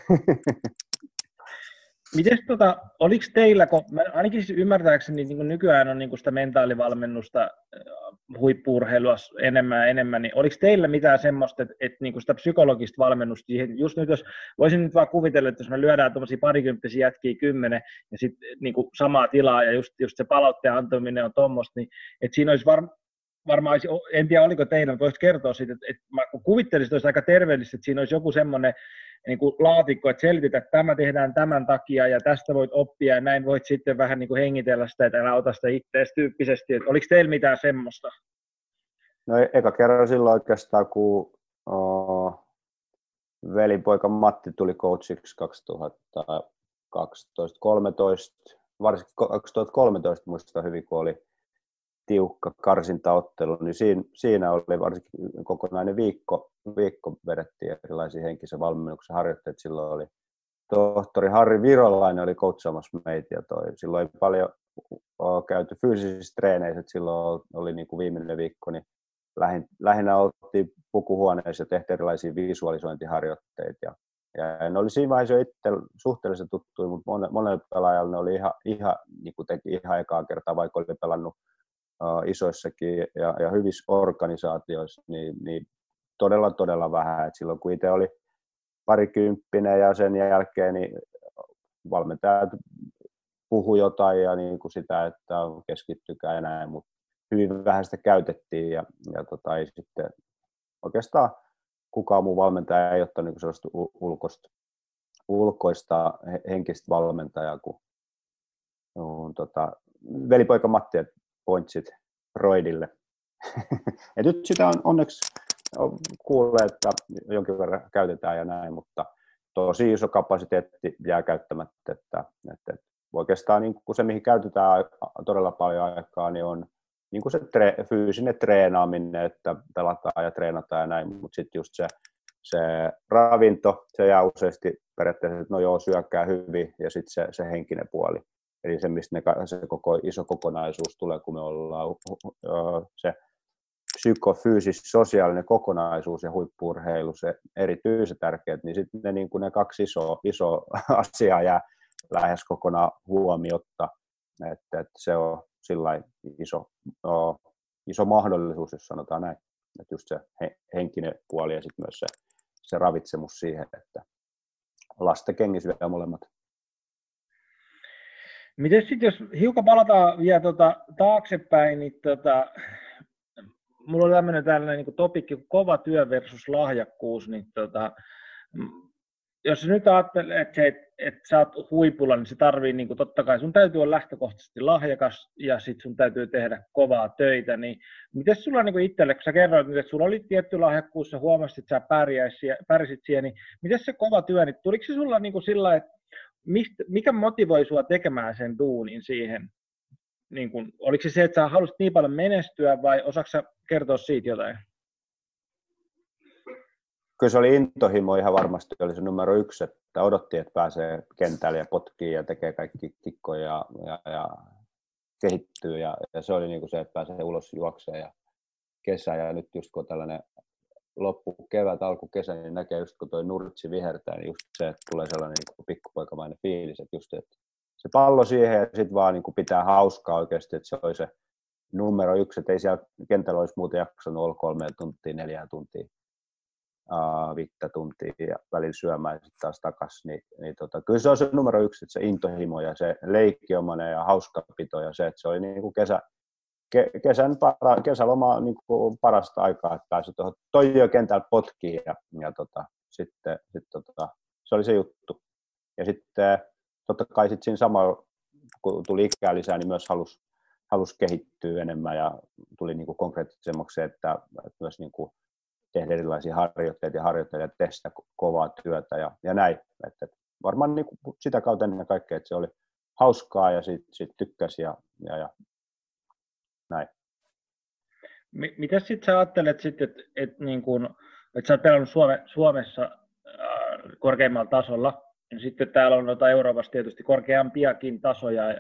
Mites oliko teillä, kun ainakin siis ymmärtääkseni niin nykyään on niin sitä mentaalivalmennusta, huippu-urheilua enemmän, niin oliko teillä mitään semmoista, että niin sitä psykologista valmennusta siihen, just nyt jos, voisin nyt vaan kuvitella, että jos me lyödään tuommoisia parikymppisiä jätkiä 10 ja sitten niin samaa tilaa ja just se palautteen antaminen on tuommoista, niin että siinä olisi varmaan, en tiedä oliko teillä, mutta voisit kertoa siitä, että mä kuvittelisin, että olisi aika terveellistä, että siinä olisi joku semmoinen niin kuin laatikko, että selvitä, että tämä tehdään tämän takia ja tästä voit oppia ja näin voit sitten vähän niin kuin hengitellä sitä, että älä ota sitä itseäsi tyyppisesti. Että oliko teillä mitään semmoista? No eka kerran silloin oikeastaan, kun velipoika Matti tuli coachiksi 2012-2013, varsinkin 2013 muistan hyvin, kun oli tiukka karsintaottelu, niin siinä oli varsinkin kokonainen viikko vedettiin erilaisia henkisen valmennuksen harjoitteita. Silloin oli tohtori Harri Virolainen oli coachaamassa meitä ja silloin ei paljon käyty fyysisissä treeneissä, että silloin oli niin kuin viimeinen viikko, niin lähinnä oltiin pukuhuoneessa ja tehtiin erilaisia visualisointiharjoitteita ja ne oli siinä vaiheessa jo itse suhteellisen tuttuja, mutta monelle pelaajalle ne oli ihan niin kuin teki ihan ekaa kertaa, vaikka oli pelannut isoissakin ja hyvissä organisaatioissa, niin todella vähän. Et silloin kun itse oli parikymppinen ja sen jälkeen niin valmentajat puhui jotain ja niin kuin sitä, että keskittykää ja näin, mutta hyvin vähän sitä käytettiin ja ei sitten oikeastaan kukaan muu valmentaja ei ottanut niin sellaista ulkoista henkistä valmentajaa kuin velipoika Matti, pointsit Roidille. Ja nyt sitä on onneksi kuulee, että jonkin verran käytetään ja näin, mutta tosi iso kapasiteetti jää käyttämättä. Että oikeastaan niin kuin se, mihin käytetään todella paljon aikaa, niin on niin kuin se fyysinen treenaaminen, että pelataan ja treenataan ja näin, mutta sitten just se ravinto, se jää useasti periaatteessa, että no joo, syökkää hyvin ja sitten se henkinen puoli. Eli se, mistä se koko iso kokonaisuus tulee, kun me ollaan se psykofyysis-sosiaalinen kokonaisuus ja huippu-urheilu, se erityisen tärkeät, niin sitten ne kaksi iso asiaa jää lähes kokonaan huomiotta. Että se on sillain iso mahdollisuus, jos sanotaan näin. Että just se henkinen puoli ja sitten myös se ravitsemus siihen, että lasta kengissä vielä molemmat. Miten sitten, jos hiukan palataan vielä taaksepäin, niin mulla oli tämmöinen niin topikki kuin kova työ versus lahjakkuus, niin jos nyt ajattelee, että sä oot huipulla, niin se tarvii, niin totta kai sun täytyy olla lähtökohtaisesti lahjakas ja sit sun täytyy tehdä kovaa töitä, niin miten sulla niin itselle, kun sä kerroit, että sulla oli tietty lahjakkuus, sä huomasit, että sä pärjäsit siihen, niin miten se kova työ, niin tuliko se sulla niin sillä, että mikä motivoi sua tekemään sen duunin siihen? Niin kun, oliko se, että sä halusit niin paljon menestyä vai osaatko sä kertoa siitä jotain? Kyllä se oli intohimo ihan varmasti, oli se numero 1, että odotti, että pääsee kentälle ja potkii ja tekee kaikki kikkoja ja kehittyy ja se oli niin kuin se, että pääsee ulos juokseen ja kesä ja nyt just kun tällainen loppukevät, alkukesä, niin näkee just kun toi nurtsi vihertää, niin just se, että tulee sellainen niin kuin pikkupoikamainen fiilis, että just että se pallo siihen ja sitten vaan niin kuin pitää hauskaa oikeasti, että se oli se numero 1, että ei siellä kentällä olisi muuten jaksanut olla 3 tuntia, 4 tuntia, 5 tuntia ja välillä syömään ja sitten taas takaisin, kyllä se on se numero 1, että se intohimo ja se leikkiomainen ja hauskapito ja se, että se oli niin kuin kesäloma niin kuin parasta aikaa, että pääsi tuohon Toijo-kentällä potkiin ja sitten se oli se juttu. Ja sitten totta kai sitten siinä samalla, kun tuli ikää lisää, niin myös halusi kehittyä enemmän ja tuli niin kuin konkreettisemmaksi, että myös niin kuin tehdä erilaisia harjoitteita ja tehdä kovaa työtä ja näin. Että varmaan niin kuin sitä kautta ennen kaikkea, että se oli hauskaa ja sit tykkäsi ja näin. Mitäs sitten sä ajattelet, että niin kun, että sä oot pelannut Suomessa korkeimmalla tasolla, ja sitten täällä on Euroopassa tietysti korkeampiakin tasoja, ja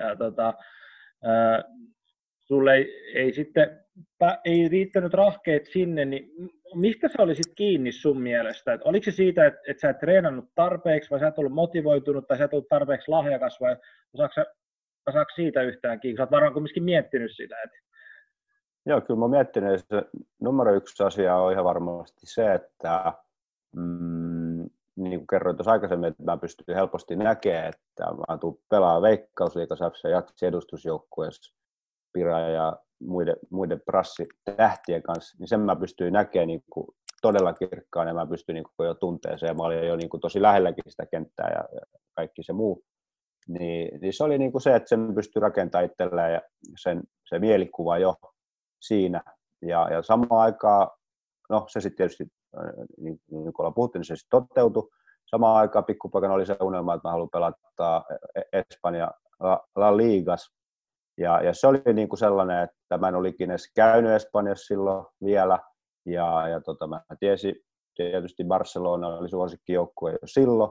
sulle ei sitten ei riittänyt rahkeet sinne, niin mistä se oli sitten kiinni sun mielestä? Et oliko se siitä, että sä et treenannut tarpeeksi, vai sä et ollut motivoitunut, tai sä et ollut tarpeeksi lahjakas, vai osaako siitä yhtään kiinni? Sä oot varmaan kumminkin miettinyt sitä. Joo, kyllä mä oon miettinyt, että se numero 1 asia on ihan varmasti se, että niin kuin kerroin tuossa aikaisemmin, että mä pystyn helposti näkemään, että mä tuun pelaamaan Veikkausliigasafissa ja Jatsin edustusjoukkueessa Pira ja muiden prassitähtien kanssa, niin sen mä pystyin näkemään niin kuin todella kirkkaan ja mä pystyin niin kuin jo tunteeseen ja mä olin jo niin kuin tosi lähelläkin sitä kenttää ja kaikki se muu. Niin se oli niin kuin se, että sen pystyi rakentamaan itselleen ja se mielikuva jo siinä. Ja samaan aikaan, no se sitten tietysti, niin kuin ollaan puhuttu, niin se sitten toteutui. Samaan aikaan pikkupoikana oli se unelma, että mä haluan pelata Espanja La Ligas. Ja se oli niin kuin sellainen, että mä en olikin edes käynyt Espanjassa silloin vielä. Ja mä tiesin, tietysti Barcelona oli suosikkijoukkue jo silloin.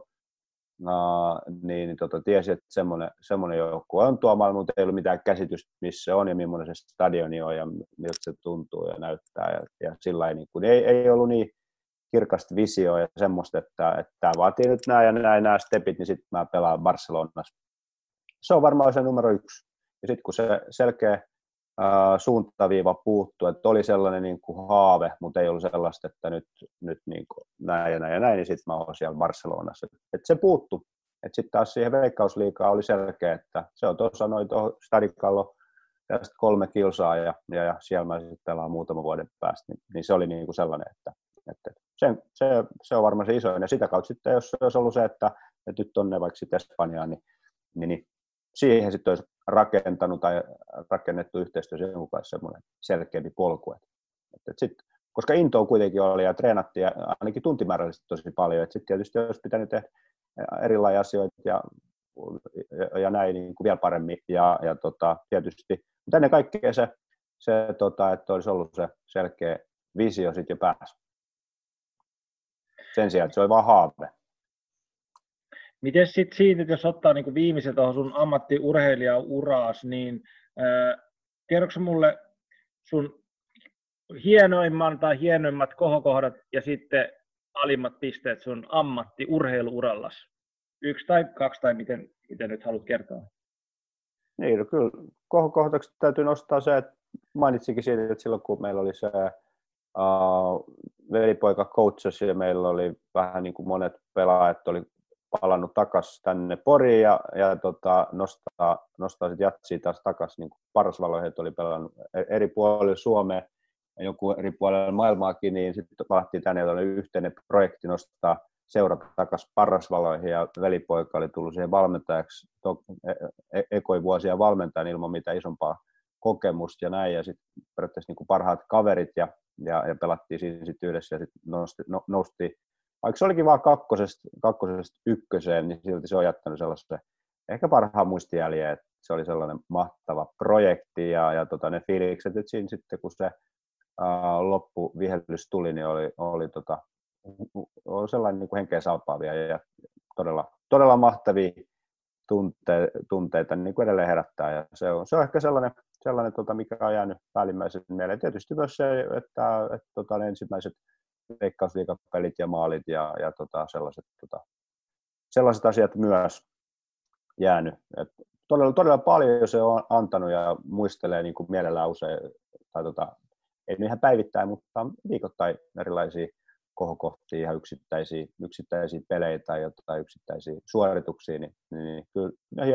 Tiesin, että semmoinen joukkue on tuolla, mutta ei ollut mitään käsitystä, missä se on ja millainen se stadioni on ja miltä se tuntuu ja näyttää. Ja sillä ei ollut niin kirkasta visioa ja semmoista, että tämä vaatii nyt nämä stepit, niin sitten mä pelaan Barcelonassa. Se on varmaan se numero 1. Ja sitten kun se selkeä suuntaviiva puuttuu, että oli sellainen niin kuin haave, mutta ei ollut sellaista, että nyt niin kuin näin ja näin, niin sitten mä olen siellä Barcelonassa. Että se puuttuu. Että sitten taas siihen Veikkausliigaan oli selkeä, että se on tuossa noin Stadikallo ja sitten 3 kilsaa ja siellä mä sitten pelaan muutaman vuoden päästä. Niin se oli niin kuin sellainen, että se on varmaan se isoin. Ja sitä kautta sitten, jos se olisi ollut se, että nyt tonne vaikka sitten Espanjaan, niin siihen sitten olisi rakentanut tai rakennettu yhteistyössä jonkun kanssa semmoinen selkeämpi polku. Koska intoa kuitenkin oli ja treenattiin ainakin tuntimäärällisesti tosi paljon, että sitten tietysti olisi pitänyt tehdä erilaisia asioita ja näin niin kuin vielä paremmin. Tietysti, mutta ennen kaikkea se että olisi ollut se selkeä visio sitten jo päässä. Sen sijaan, että se oli vaan haave. Miten sitten siitä, jos ottaa niin kuin viimeisen tuohon sun ammattiurheilijauraas, niin kerroksä mulle sun hienoimman tai hienoimmat kohokohdat ja sitten alimmat pisteet sun ammattiurheiluurallas? 1 tai 2 tai miten nyt haluat kertoa? Niin, no kyllä kohokohdaksi täytyy nostaa se, että mainitsikin siitä, että silloin kun meillä oli se velipoika coachasi ja meillä oli vähän niin kuin monet pelaajat oli palannut takaisin tänne Poriin ja nostaa sitten Jatsia taas takaisin niin Parasvaloihin, että oli pelannut eri puolilla Suomea ja joku eri puolilla maailmaakin, niin sitten palattiin tänne ja oli yhteinen projekti nostaa seura takaisin Parasvaloihin ja velipoika oli tullut siihen valmentajaksi ekoi vuosia valmentajan ilman mitään isompaa kokemusta ja näin ja sitten periaatteessa niin kuin parhaat kaverit ja pelattiin siinä sitten yhdessä ja sitten noustiin. Vaikka se olikin vaan kakkosesta ykköseen, niin silti se on jättänyt sellaisen ehkä parhaan muistijäljen, että se oli sellainen mahtava projekti ja ne fiilikset, että siinä sitten kun se loppuvihellys tuli, niin oli sellainen niin kuin henkeä salpaavia ja todella mahtavia tunteita niin kuin edelleen herättää ja se on ehkä sellainen sellainen mikä on jäänyt päällimmäisen mieleen. Tietysti myös se, että ne ensimmäiset Veikkausliigapelit ja maalit ja sellaiset asiat myös jäänyt. Et todella paljon se on antanut ja muistelee niin kuin mielellään usein, tai ei ihan päivittäin, mutta viikoittain erilaisia kohokohtia, ihan yksittäisiä pelejä tai jotain yksittäisiä suorituksia, niin kyllä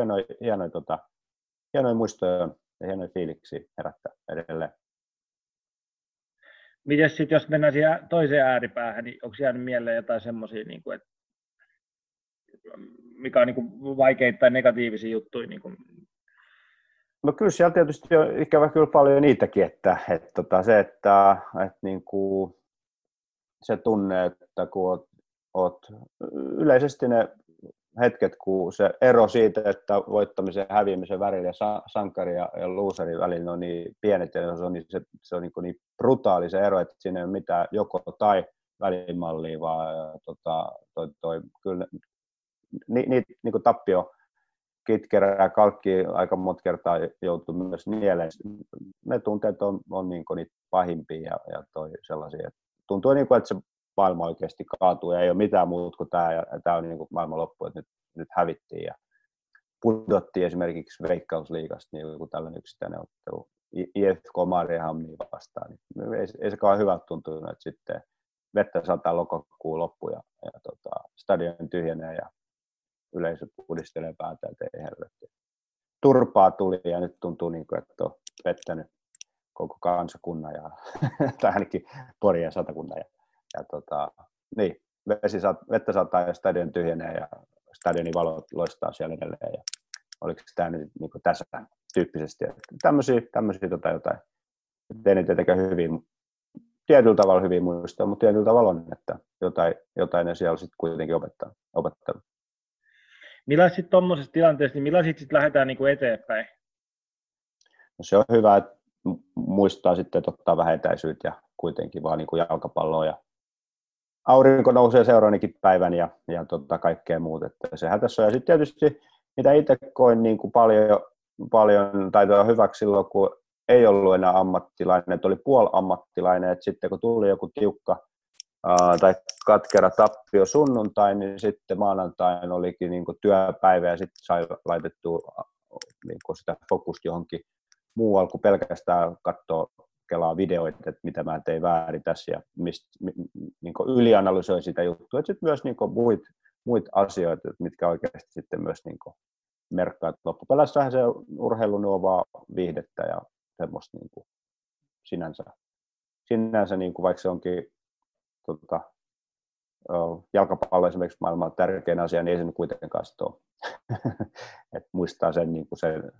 hienoja muistoja ja hienoja fiiliksiä herättää edelleen. Mites sitten, jos mennään siihen toiseen ääripäähän, niin onko jäänyt mieleen jotain semmoisia, niin kuin, mikä on niin kuin vaikeita tai negatiivisia juttuja? Niin kuin... No kyllä siellä tietysti on ikävä kyllä paljon niitäkin, että niin kuin se tunne, että kun oot yleisesti ne hetket, kun se ero siitä, että voittamisen ja häviämisen välillä ja sankari ja loserin välillä on niin pienet ja se on niin brutaali se ero, että siinä ei ole mitään joko tai välimallia, vaan kyllä niin kuin tappio kitkerää ja kalkki aika monta kertaa joutuu myös nieleen. Ne tunteet on niin kuin niitä pahimpia ja sellaisia. Tuntuu niin kuin, että se maailma oikeasti kaatuu ja ei ole mitään muuta kuin tämä ja tämä on niin kuin maailman loppu, että nyt hävittiin ja pudottiin esimerkiksi Veikkausliigasta niin joku tällainen yksittäinen ottelu IFK Mariehamnia vastaan. Niin ei se kauan hyvältä tuntunut, että sitten vettä sataa lokakuun loppu ja stadion tyhjenee ja yleisö pudistelee päätä, että ei helvetti. Turpaa tuli ja nyt tuntuu niin kuin, että on pettänyt koko kansakunnan tai ainakin Porin ja Satakunnan. Niin, vettä sataa ja stadion tyhjenee ja stadionin valot loistaa siellä edelleen. Ja oliko tämä nyt niin kuin tässä tyyppisesti? Tämmöisiä jotain. Ei niitä tietenkään tietyllä tavalla hyvin muistaa, mutta tietyllä tavalla on, että jotain ne siellä sitten kuitenkin opettanut. Millaiset sitten tuommoisessa tilanteessa, niin millaiset sitten lähdetään niin kuin eteenpäin? No se on hyvä, että muistaa sitten, että ottaa vähän etäisyyttä ja kuitenkin vaan niin kuin jalkapalloa ja aurinko nousee seuraavanakin päivän ja kaikkea muuta. Että sehän tässä on. Ja sitten tietysti, mitä itse koin niin kuin paljon taitoa hyväksi silloin, kun ei ollut enää ammattilainen, että oli puolammattilainen, että sitten kun tuli joku tiukka tai katkera tappio sunnuntai, niin sitten maanantain olikin niin kuin työpäivä ja sitten sai laitettua niin kuin sitä fokusta johonkin muualle kuin pelkästään katsoa kelaa videoita, että mitä mä tein väärin tässä ja niin kuin ylianalysoin sitä juttua. Että sitten myös niin kuin muita asioita, mitkä oikeasti sitten myös niin kuin merkkaa, että loppupelässähän se urheilu on vaan viihdettä ja semmoista niin kuin sinänsä niin kuin vaikka se onkin jalkapallo esimerkiksi maailman tärkein asia, niin ei se nyt kuitenkaan sitä ole. Et muistaa sen, niin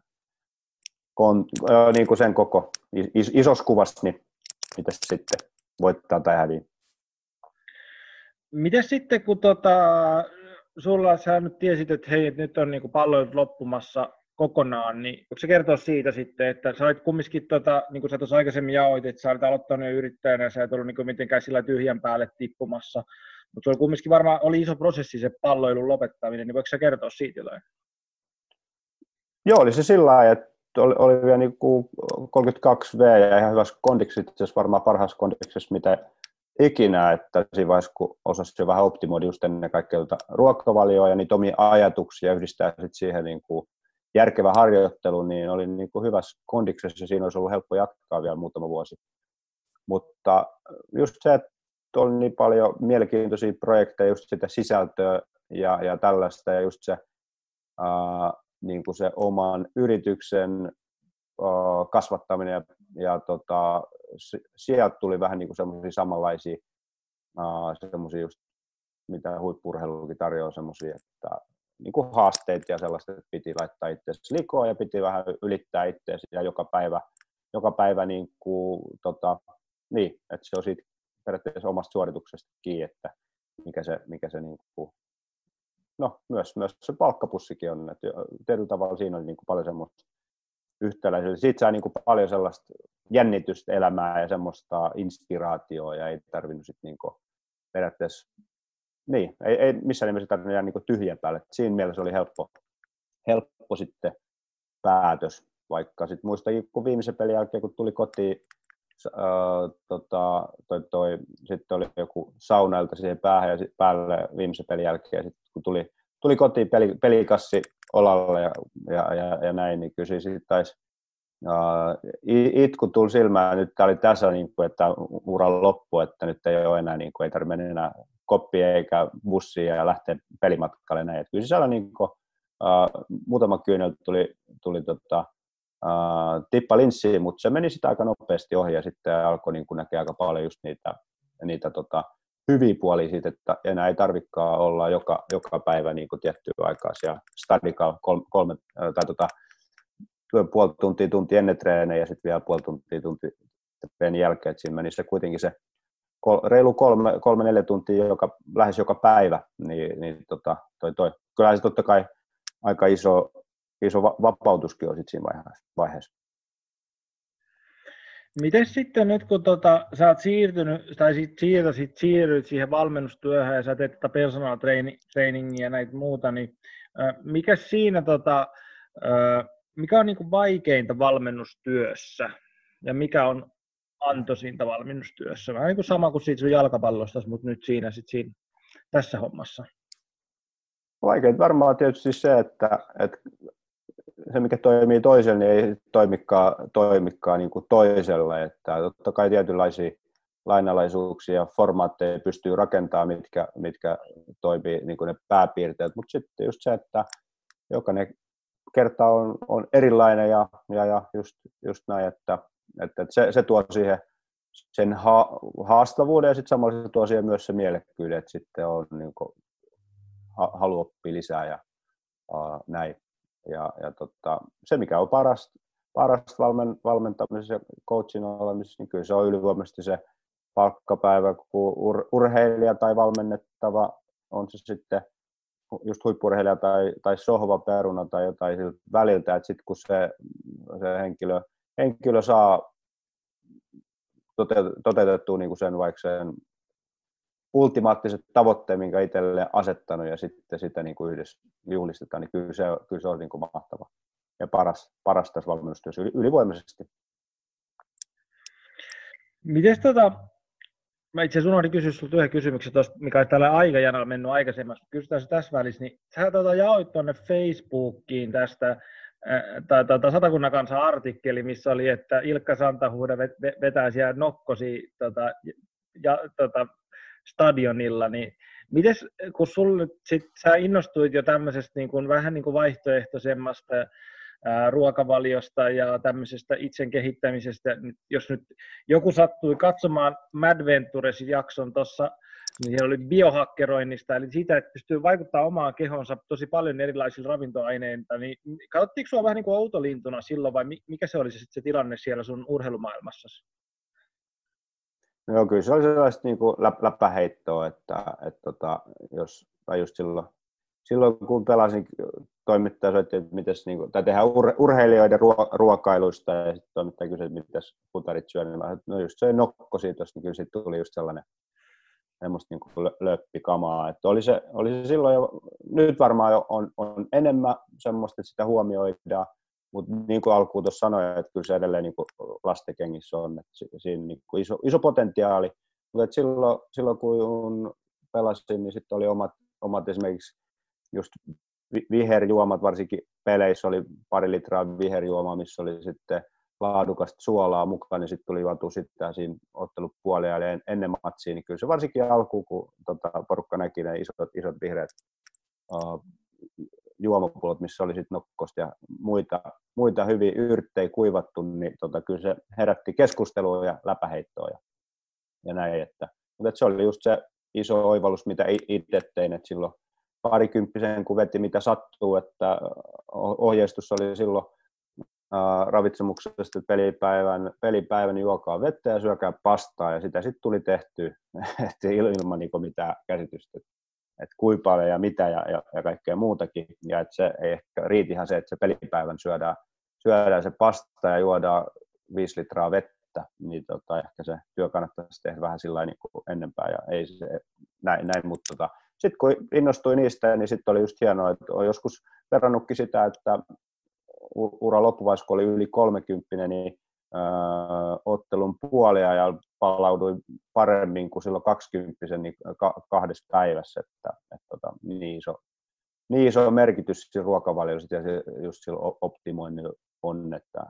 kuin sen koko isossa kuvassa, niin mitä sitten voittaa tai häviää. Miten sitten, kun sä nyt tiesit, että hei, nyt on niin kuin palloilut loppumassa kokonaan, niin voiko sä kertoa siitä sitten, että sä olit kumminkin, niin kuin sä tuossa aikaisemmin jaoit, että sä olit aloittanut jo yrittäjänä ja sä et ollut niin mitenkään sillä tyhjän päälle tippumassa, mutta se oli kumminkin varmaan oli iso prosessi se palloilun lopettaminen, niin voiko sä kertoa siitä jotain? Joo, oli se sillä lailla, että oli vielä niin kuin 32V ja ihan hyvässä kondiksessa, itse asiassa varmaan parhaassa kondiksessa mitä ikinä, että siinä vaiheessa kun osasi jo vähän optimoida just ennen kaikkea ruokavalioa ja niitä omia ajatuksia yhdistää sitten siihen niin kuin järkevä harjoittelu, niin oli niin kuin hyvässä kondiksessa ja siinä olisi ollut helppo jatkaa vielä muutama vuosi. Mutta just se, että oli niin paljon mielenkiintoisia projekteja, just sitä sisältöä ja tällaista ja just se, niin kuin se oman yrityksen kasvattaminen ja sieltä tuli vähän niin kuin semmoisia samanlaisia semmoisia just mitä huippu-urheilukin tarjoaa semmoisia, että niin kuin haasteita ja sellaista, että piti laittaa itseäsi likoon ja piti vähän ylittää itseäsi ja joka päivä niin kuin, niin, että se on siitä periaatteessa omasta suorituksesta kiinni, että mikä se niin kuin, no myös se palkkapussikin on, että tietyllä tavalla siinä oli niin kuin paljon semmoista yhtäläisyyttä. Siitä saa niin kuin paljon sellaista jännitystä elämää ja semmoista inspiraatioa ja ei tarvinnut sitten niin kuin periaatteessa, niin, ei missään nimessä tarvinnut jäädä niin kuin tyhjän päälle. Siinä mielessä oli helppo sitten päätös vaikka sitten muistakin, kun viimeisen pelin jälkeen, kun tuli kotiin, sitten oli joku saunailta siihen päähän ja päälle viimeisen pelin jälkeen, ja sitten kun tuli kotiin pelikassi olalle ja näin, niin kyllä sitten taisi itku tuli silmään, nyt tämä oli tässä, niin kuin, että uran loppu, että nyt ei ole enää, niin kuin, ei tarvitse mennä enää koppia eikä bussiin ja lähteä pelimatkalle näin. Että kyllä sisällä niin kuin, muutama kyynel tuli tippa linssiin, mutta se meni sitä aika nopeasti ohi ja sitten alkoi niin näkeä aika paljon just niitä hyviä puolia siitä, että enää ei tarvitsekaan olla joka päivä niin kuin tiettyä aikaa siellä stadikalla puoli tuntia ennen treenejä ja sitten vielä puoli tuntia treenin jälkeen, että siinä meni se kuitenkin se reilu 3-4 tuntia lähes joka päivä, niin kyllähän se totta kai aika iso vapautuskin on siinä vaiheessa. Miten sitten nyt, kun sä oot siirtynyt, tai siirryt siihen valmennustyöhön ja sä teet personal trainingia ja näitä muuta, niin mikä siinä, mikä on niin kuin vaikeinta valmennustyössä ja mikä on antoisinta valmennustyössä? Vähän niin kuin sama kuin siitä sun jalkapallosta, mutta nyt siinä tässä hommassa. Vaikeinta varmaan tietysti se, että se, mikä toimii toiselle, niin ei toimikaan niin kuin toiselle. Että totta kai tietynlaisia lainalaisuuksia ja formaatteja pystyy rakentamaan, mitkä toimii niin kuin ne pääpiirteet, mutta sitten just se, että jokainen kerta on erilainen ja just näin, että se tuo siihen sen haastavuuden ja sitten samalla se tuo siihen myös se mielekkyyden, että sitten on niin kuin halu oppia lisää ja näin. Ja se, mikä on parasta valmentamisessa ja coachin olemisessa, niin kyllä se on ylivoimaisesti se palkkapäivä, kun urheilija tai valmennettava on se sitten just huippu-urheilija tai sohvaperuna tai jotain siltä väliltä, että sitten kun se henkilö saa toteutettua niin kuin sen vaikka sen ultimaattiset tavoitteet, minkä itselleen asettanut ja sitten sitä niin kuin yhdessä juhlistetaan, niin kyllä se on niin kuin mahtava ja paras tässä valmennustyössä ylivoimaisesti. Mites mä itse asiassa unohdin kysyä sinulta yhden kysymyksen tuosta, mikä on tällä aikajanalla mennyt aikaisemmassa. Kysytään se tässä välissä, niin sä jaoit tuonne Facebookiin tästä Satakunnan Kansan artikkeli, missä oli, että Ilkka Santahuuda vetää siellä nokkosi stadionilla, niin mites, kun sä innostuit jo tämmöisestä niin kuin, vähän niin kuin vaihtoehtoisemmasta ruokavaliosta ja tämmöisestä itsen kehittämisestä, jos nyt joku sattui katsomaan Mad Venturesin jakson tuossa, niin siellä oli biohakkeroinnista, eli siitä, että pystyy vaikuttamaan omaan kehonsa tosi paljon erilaisilla ravintoaineilla, niin katsottiinko sinua vähän niin kuin outolintuna silloin, vai mikä se oli se tilanne siellä sun urheilumaailmassasi? Joo, kyllä se oli sellaista niin kuin läppäheittoa, että just silloin kun pelasin, toimittaja soitti, että mites, niin kuin, tai tehdään urheilijoiden ruokailuista ja sitten toimittaja kysyi, että mitäs futarit syö, niin no just se nokko siitä, niin kyllä siitä tuli just sellainen semmoista niin kuin löppikamaa, että oli se silloin jo, nyt varmaan jo on enemmän semmoista, että sitä huomioidaan, mutta niin kuin alkuun tuossa sanoin, että kyllä se edelleen niin kuin lastenkengissä on, että siinä niin kuin iso potentiaali, mutta silloin kun pelasin, niin sitten oli omat esimerkiksi just viherjuomat, varsinkin peleissä oli 2 litraa viherjuomaa, missä oli sitten laadukasta suolaa mukaan, niin sitten tuli juotua sitten siinä ottelupuolella ennen matsia, niin kyllä se varsinkin alkuun, kun porukka näki ne isot vihreät juomapullot, missä oli sitten nokkosta ja muita hyviä yrttejä kuivattu, niin kyllä se herätti keskustelua ja läpäheittoa ja näin, mutta se oli just se iso oivallus, mitä itse tein, että silloin parikymppisen, kun veti mitä sattuu, että ohjeistus oli silloin ravitsemuksesta, että pelipäivän juokaa vettä ja syökää pastaa, ja sitä sitten tuli tehty ilman niin mitään käsitystä, että kuinka paljon ja mitä ja kaikkea muutakin, ja että se ei ehkä riiti ihan se, että se pelipäivän syödään se pasta ja juodaan 5 litraa vettä, niin ehkä se työ kannattaisi tehdä vähän sillä niin kuin ennenpäin, ja ei se näin mutta sitten kun innostuin niistä, niin sitten oli just hienoa, että olen joskus verrannutkin sitä, että ura loppuvaiheessa, kun oli yli 30, niin ottelun puoliajalla palauduin paremmin kuin silloin 20 niin 2 päivässä, että niin iso merkitys ruokavaliolla ja just sillä optimoinnilla on, että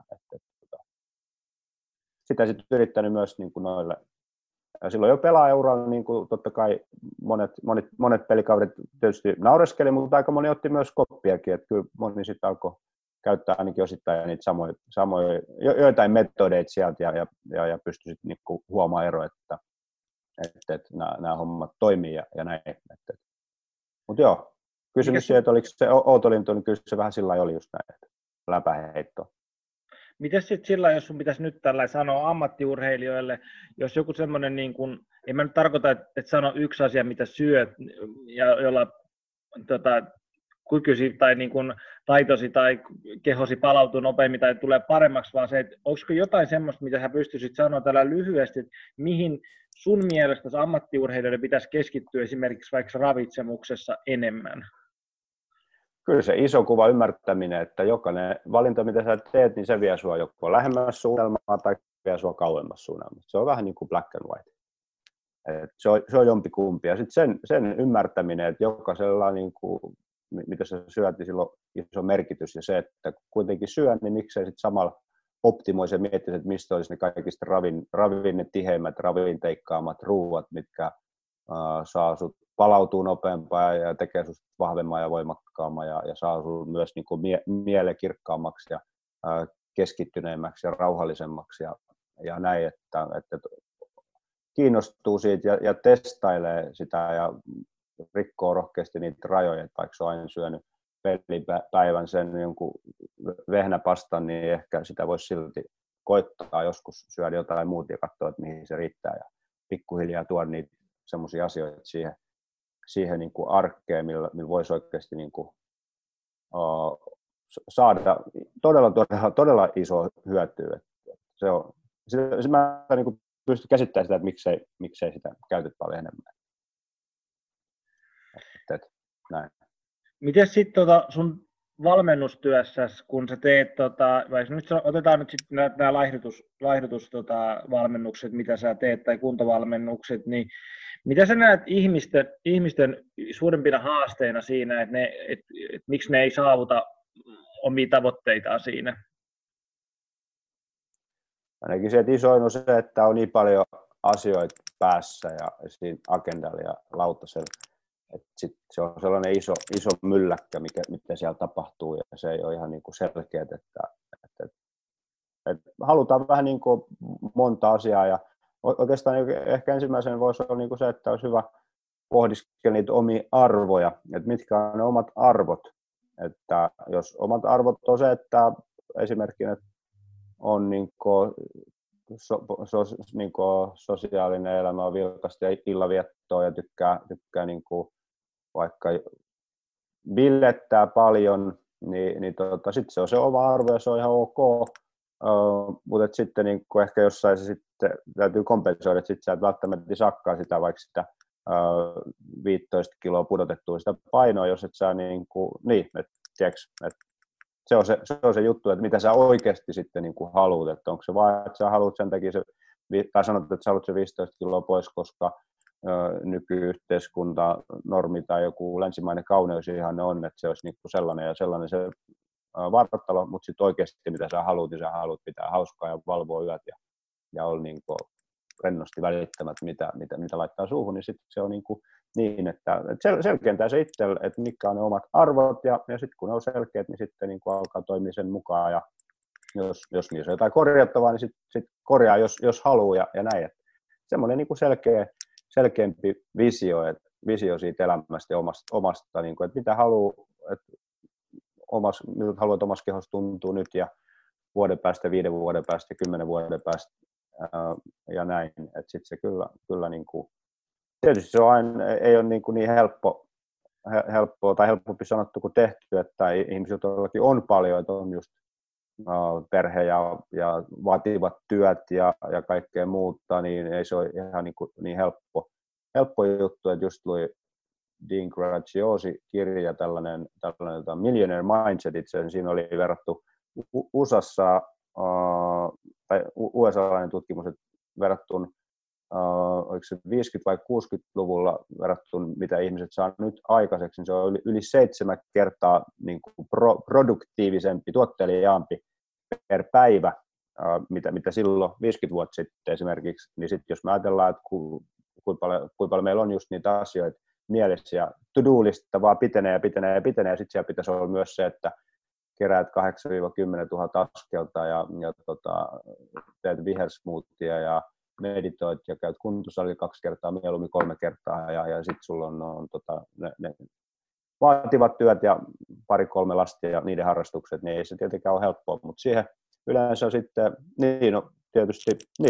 sitä sitten yrittänyt myös niin kuin noille. Ja silloin jo pelaajauralla niin kuin totta kai monet pelikaudet tietysti naureskeli, mutta aika moni otti myös koppiakin, että kyllä moni sitten alkoi käyttää ainakin osittain niitä samoja joitain metodeita sieltä ja pystyi sitten niin kuin huomaamaan ero, että nämä hommat toimii ja näin. Mutta joo, kysymys siitä, että oliko se outolintu, niin kyllä se vähän sillä lailla oli just näin, että läpäheittoa. Miten sitten sillä, jos sun pitäisi nyt tällä sanoa ammattiurheilijoille, jos joku semmoinen, niin kun, en mä nyt tarkoita, että sano yksi asia, mitä syöt, ja jolla kykysi tai niin kun, taitosi tai kehosi palautuu nopeammin tai tulee paremmaksi, vaan se, että olisiko jotain semmoista, mitä sä pystyisit sanoa tällä lyhyesti, että mihin sun mielestä ammattiurheilijoiden pitäisi keskittyä esimerkiksi vaikka ravitsemuksessa enemmän? Kyllä se iso kuva ymmärtäminen, että jokainen valinta, mitä sä teet, niin se vie sua joko lähemmäs suunnelmaa tai vie sua kauemmas suunnelmaa. Se on vähän niin kuin black and white. Se on jompikumpi. Ja sitten sen ymmärtäminen, että jokaisella, niin kuin, mitä sä syöt, niin sillä on iso merkitys. Ja se, että kuitenkin syön, niin miksei sitten samalla optimoisi ja miettisi, että mistä olisi ne kaikista ravinnetiheimmät, ravinteikkaammat ruuat, mitkä saa sut palautuu nopeampaa ja tekee susta vahvemman ja voimakkaamman ja saa sun myös niin kuin mielen kirkkaammaksi ja keskittyneemmäksi ja rauhallisemmaksi ja näin, että kiinnostuu siitä ja testailee sitä ja rikkoo rohkeasti niitä rajoja, että vaikka se on aina syönyt pelipäivän sen jonkun vehnäpastan, niin ehkä sitä voisi silti koittaa joskus syödä jotain muuta ja katsoa, että mihin se riittää ja pikkuhiljaa tuoda niitä semmoisia asioita siihen niin kuin arkeen, millä voisi oikeasti niin kuin, saada todella iso hyötyä. Mä niin kuin pystyn käsittämään sitä, että miksei sitä käytetä paljon enemmän. Näin. Miten sitten sun valmennustyössäsi, kun sä teet, nyt otetaan nyt sitten nämä laihdutusvalmennukset, mitä sä teet, tai kuntovalmennukset, niin mitä sä näet ihmisten suurimpina haasteina siinä, että miksi ne ei saavuta omia tavoitteitaan siinä? Ainakin se, että isoin on se, että on niin paljon asioita päässä ja siinä agendalla ja lautasella. Se on sellainen iso mylläkkä, mitä siellä tapahtuu, ja se ei ole ihan niin kuin selkeä, että halutaan vähän niin kuin monta asiaa, ja oikeastaan ehkä ensimmäisenä voisi olla niin kuin se, että olisi hyvä pohdiskella niitä omia arvoja, että mitkä on ne omat arvot. Että jos omat arvot on se, että esimerkkinä on niin kuin sosiaalinen elämä on vilkasta ja illanviettoa ja tykkää niin kuin vaikka bilettää paljon, niin sitten se on se oma arvo ja se on ihan ok, mutta sitten niin ehkä jossain se sitten täytyy kompensoida, että sitten sä et välttämättä sakkaa sitä vaikka sitä 15 kiloa pudotettua sitä painoa, jos et sä se on se juttu, että mitä sä oikeasti sitten niin kuin haluat, että onko se vaan, että sä haluat sen takia tai sanot, että sä haluat se 15 kiloa pois, koska nykyyhteiskunta, normi tai joku länsimainen kauneus ihan on, että se olisi niin kuin sellainen se vartalo, mutta sitten oikeasti mitä sä haluat, niin sä haluat pitää hauskaa ja valvoa yöt ja olla niin kuin rennosti välittämät, mitä laittaa suuhun, niin sitten se on niin että selkeäntää se itselle, että mitkä on ne omat arvot ja sitten kun ne on selkeät, niin sitten niin kuin alkaa toimia sen mukaan ja jos niissä on jotain korjattavaa, niin sit korjaa, jos haluaa ja näin. Semmoinen niin kuin selkeämpi visio siitä elämästä ja omasta niin kuin, että mitä haluaa, miltä haluat omassa kehossa tuntuu nyt ja vuoden päästä, 5 vuoden päästä, 10 vuoden päästä ja näin. Että sitten se kyllä niin kuin, tietysti se on aina, ei ole niin helppoa tai helpompi sanottu kuin tehty, että ihmisillä todellakin on paljon, että on just perhe ja vaativat työt ja kaikkea muuta, niin ei se ole ihan niin helppo juttu, että just tuli Dean Graziosi kirja, tällainen Millionaire Mindset, itse siinä oli verrattu USAssa tai USA-lainen tutkimus, että verrattuna oliko se 50- vai 60-luvulla verrattuna, mitä ihmiset saa nyt aikaiseksi, niin se on yli 7 kertaa niin kuin produktiivisempi, tuottelijaampi per päivä, mitä silloin 50 vuotta sitten esimerkiksi. Niin sitten jos me ajatellaan, että kuinka paljon meillä on just niitä asioita mielessä ja to-do-lista vaan pitenee, ja sitten siellä pitäisi olla myös se, että keräät 8-10 000 askelta ja teet vihersmoothia ja meditoit ja käyt kuntosalilla 2 kertaa, mieluummin 3 kertaa ja sitten sulla on ne vaativat työt ja 2-3 lasta ja niiden harrastukset, niin ei se tietenkään ole helppoa, mutta siihen yleensä sitten, tietysti,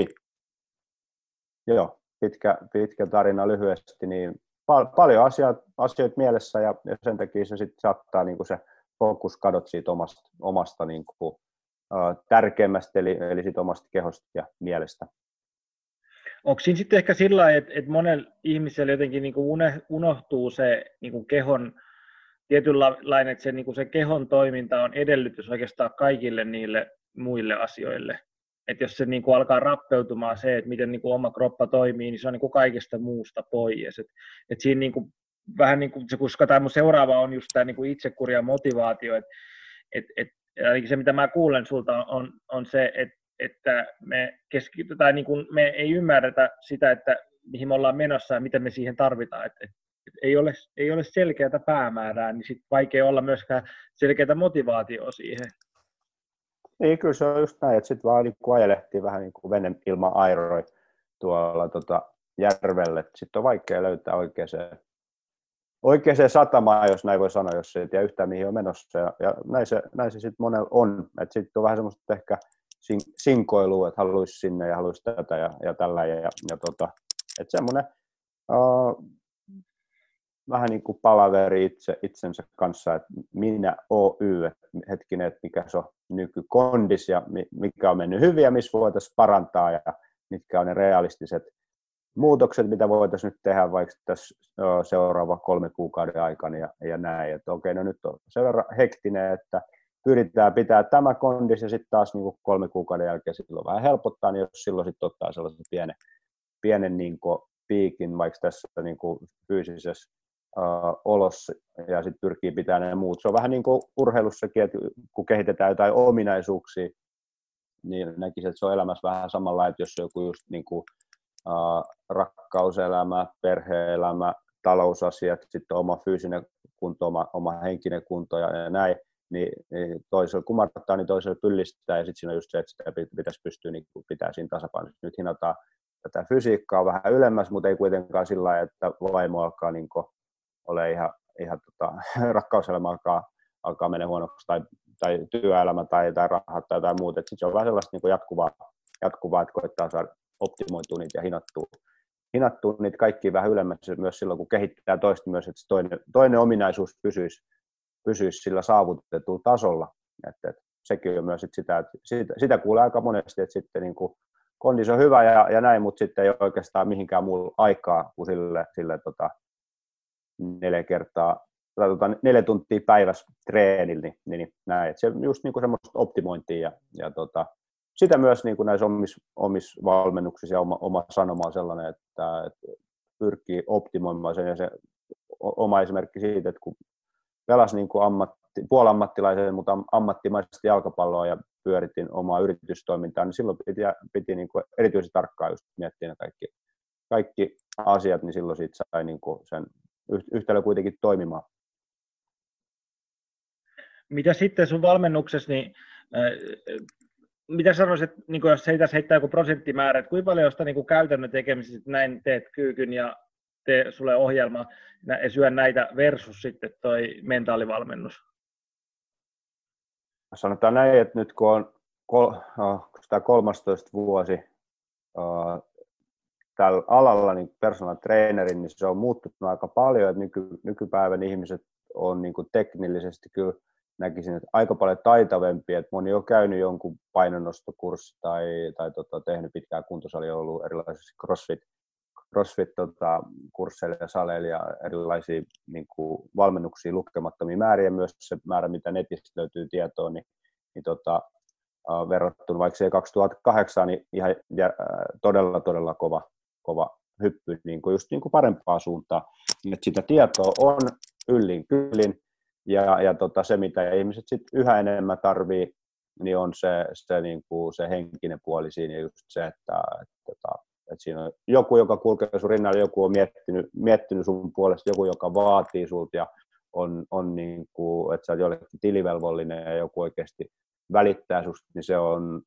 pitkä tarina lyhyesti, niin paljon asioita mielessä ja sen takia se sitten saattaa niin kuin se fokus kadot siitä omasta niin kuin, tärkeimmästä, eli siitä omasta kehosta ja mielestä. Onko siinä sitten ehkä sillä lailla, että monella ihmisellä jotenkin niin kuin unohtuu se niin kuin kehon tietynlainen, että se kehon toiminta on edellytys oikeastaan kaikille niille muille asioille. Että jos se niin kuin alkaa rappeutumaan se, että miten niin kuin oma kroppa toimii, niin se on niin kuin kaikesta muusta pois. Et siinä niin kuin, vähän niin kuin se, koska tämä mun seuraava on just tämä niin kuin itsekuri ja motivaatio, ainakin se mitä mä kuulen sulta on se, että me keskitytään, niin kuin me ei ymmärretä sitä, että mihin me ollaan menossa ja miten me siihen tarvitaan. Ei ole selkeää päämäärää, niin sitten vaikea olla myöskään selkeää motivaatiota siihen. Niin, kyllä se on just näin, että sitten vaan niin ajelehtii vähän niin kuin vene ilman airoja tuolla järvelle. Sitten on vaikea löytää oikeaan satamaan, jos näin voi sanoa, jos ei tiedä yhtään mihin on menossa. Ja näin se sitten monella on. Sitten on vähän semmoista ehkä sinkoilua, että haluaisi sinne ja haluaisi tätä ja tällä. Että semmoinen vähän niin kuin palaveri itsensä kanssa, että minä Oy, että hetkinen, että mikä se on nykykondis ja mikä on mennyt hyvin ja missä voitaisiin parantaa ja mitkä on ne realistiset muutokset, mitä voitaisiin nyt tehdä vaikka tässä seuraava 3 kuukauden aikana ja näin. Että okei, no nyt on sen verran hektinen, että pyritään pitää tämä kondis ja sitten taas niin kuin 3 kuukauden jälkeen silloin vähän helpottaa, niin jos silloin sitten ottaa sellaisen pienen niin kuin piikin vaikka tässä niin kuin fyysisessä olossa ja sitten pyrkii pitämään ne muut. Se on vähän niin kuin urheilussakin, että kun kehitetään jotain ominaisuuksia, niin näkisin, että se on elämässä vähän samalla, että jos joku just niin kuin, rakkauselämä, perhe-elämä, talousasiat, sitten oma fyysinen kunto, oma henkinen kunto ja näin, niin toisella kumartaa, niin toisella pyllistää ja sitten siinä on just se, että sitä pitäisi pystyä niin pitää siinä tasapainossa. Nyt hinnataan tätä fysiikkaa vähän ylemmäs, mutta ei kuitenkaan sillä lailla, että vaimo alkaa niin ole ihan rakkauselämä alkaa mennä huonoksi tai työelämä tai rahat tai jotain muuta. Sitten se on vähän sellaista niin jatkuvaa, että koittaa saada optimoitua niitä ja hinattua niitä kaikkia vähän ylemmäs myös silloin, kun kehittää toista myös, että toinen ominaisuus pysyisi sillä saavutetulla tasolla. Että sekin on myös sitä, että sitä kuulee aika monesti, että sitten niin kuin kondis on hyvä ja näin, mutta sitten ei ole oikeastaan mihinkään muulla aikaa kuin sille 4 tuntia päivässä treenillä, niin näin. Et se just niin kuin semmoista optimointia ja sitä myös niin kuin näissä omissa valmennuksissa ja oma sanoma on sellainen, että pyrkii optimoimaan sen ja se oma esimerkki siitä, että kun pelasi niin kuin puolammattilaisen, mutta ammattimaisesti jalkapalloa ja pyöritin omaa yritystoimintaa, niin silloin piti niin kuin erityisen tarkkaan just miettiä ne kaikki asiat, niin silloin siitä sai niin kuin sen yhtälö kuitenkin toimimaan. Mitä sitten sun valmennuksessa, niin mitä sanoisit, niin jos heittää joku prosenttimäärä, että kuinka paljon sitä niin käytännön tekemisestä näin teet kyykyn ja tee sulle ohjelma ja syö näitä versus sitten toi mentaalivalmennus? Sanotaan näin, että nyt kun on tämä 13 vuosi tällä alalla niin personal trainerin, niin se on muuttunut aika paljon, että nykypäivän ihmiset on niin kuin teknillisesti kyllä näkisin, että aika paljon taitavempia, että moni on käynyt jonkun painonnostokurssi tai tehnyt pitkään kuntosalia, ollut erilaisissa CrossFit-kursseilla ja saleilla ja erilaisia niin kuin valmennuksia lukemattomia määriä, myös se määrä, mitä netistä löytyy tietoa, niin verrattuna vaikka se 2008, niin ihan todella kova hyppy niin kuin just niin kuin parempaa suuntaan. Että sitä tietoa on yllin kyllin, ja se, mitä ihmiset sit yhä enemmän tarvii, niin on se, niin kuin se henkinen puoli siinä, ja just se, että siinä on joku, joka kulkee sun rinnalla, joku on miettinyt sun puolesta, joku, joka vaatii sulta, ja on niin kuin, että sä oot jollekin tilivelvollinen, ja joku oikeasti välittää susta, niin se on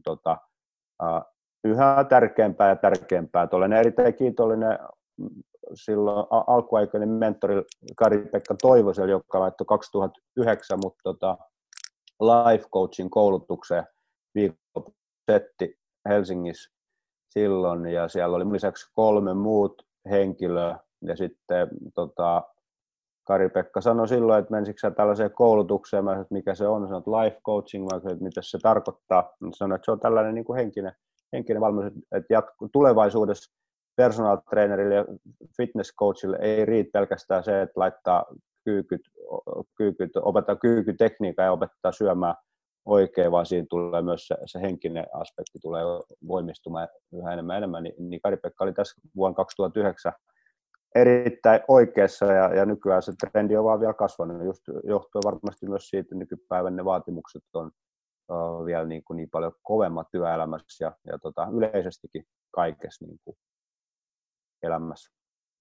yhä tärkeämpää ja tärkeämpää. Olen erittäin kiitollinen silloin alkuaikainen mentori Kari-Pekka Toivoselle, joka laittoi 2009 mutta life coaching koulutukseen viikonloppusetti Helsingissä silloin, ja siellä oli lisäksi 3 muut henkilöä, ja sitten Kari-Pekka sanoi silloin, että menisikö sä tällaiseen koulutukseen, mä sanoin, että mikä se on, sanoin, että life coaching, mä sanoin, että mitä se tarkoittaa, sanoin, että se on tällainen niin kuin henkinen valmennus, että tulevaisuudessa personal trainerille ja fitness coachille ei riitä pelkästään se, että laittaa kyykyt opettaa kyykytekniikkaa ja opettaa syömään oikein, vaan siinä tulee myös se henkinen aspekti tulee voimistumaan yhä enemmän, niin Kari-Pekka oli tässä vuonna 2009 erittäin oikeassa, ja nykyään se trendi on vaan vielä kasvanut, just johtuen varmasti myös siitä, että nykypäivän ne vaatimukset on vielä niin paljon kovemmat työelämässä ja yleisestikin kaikessa niin kuin elämässä.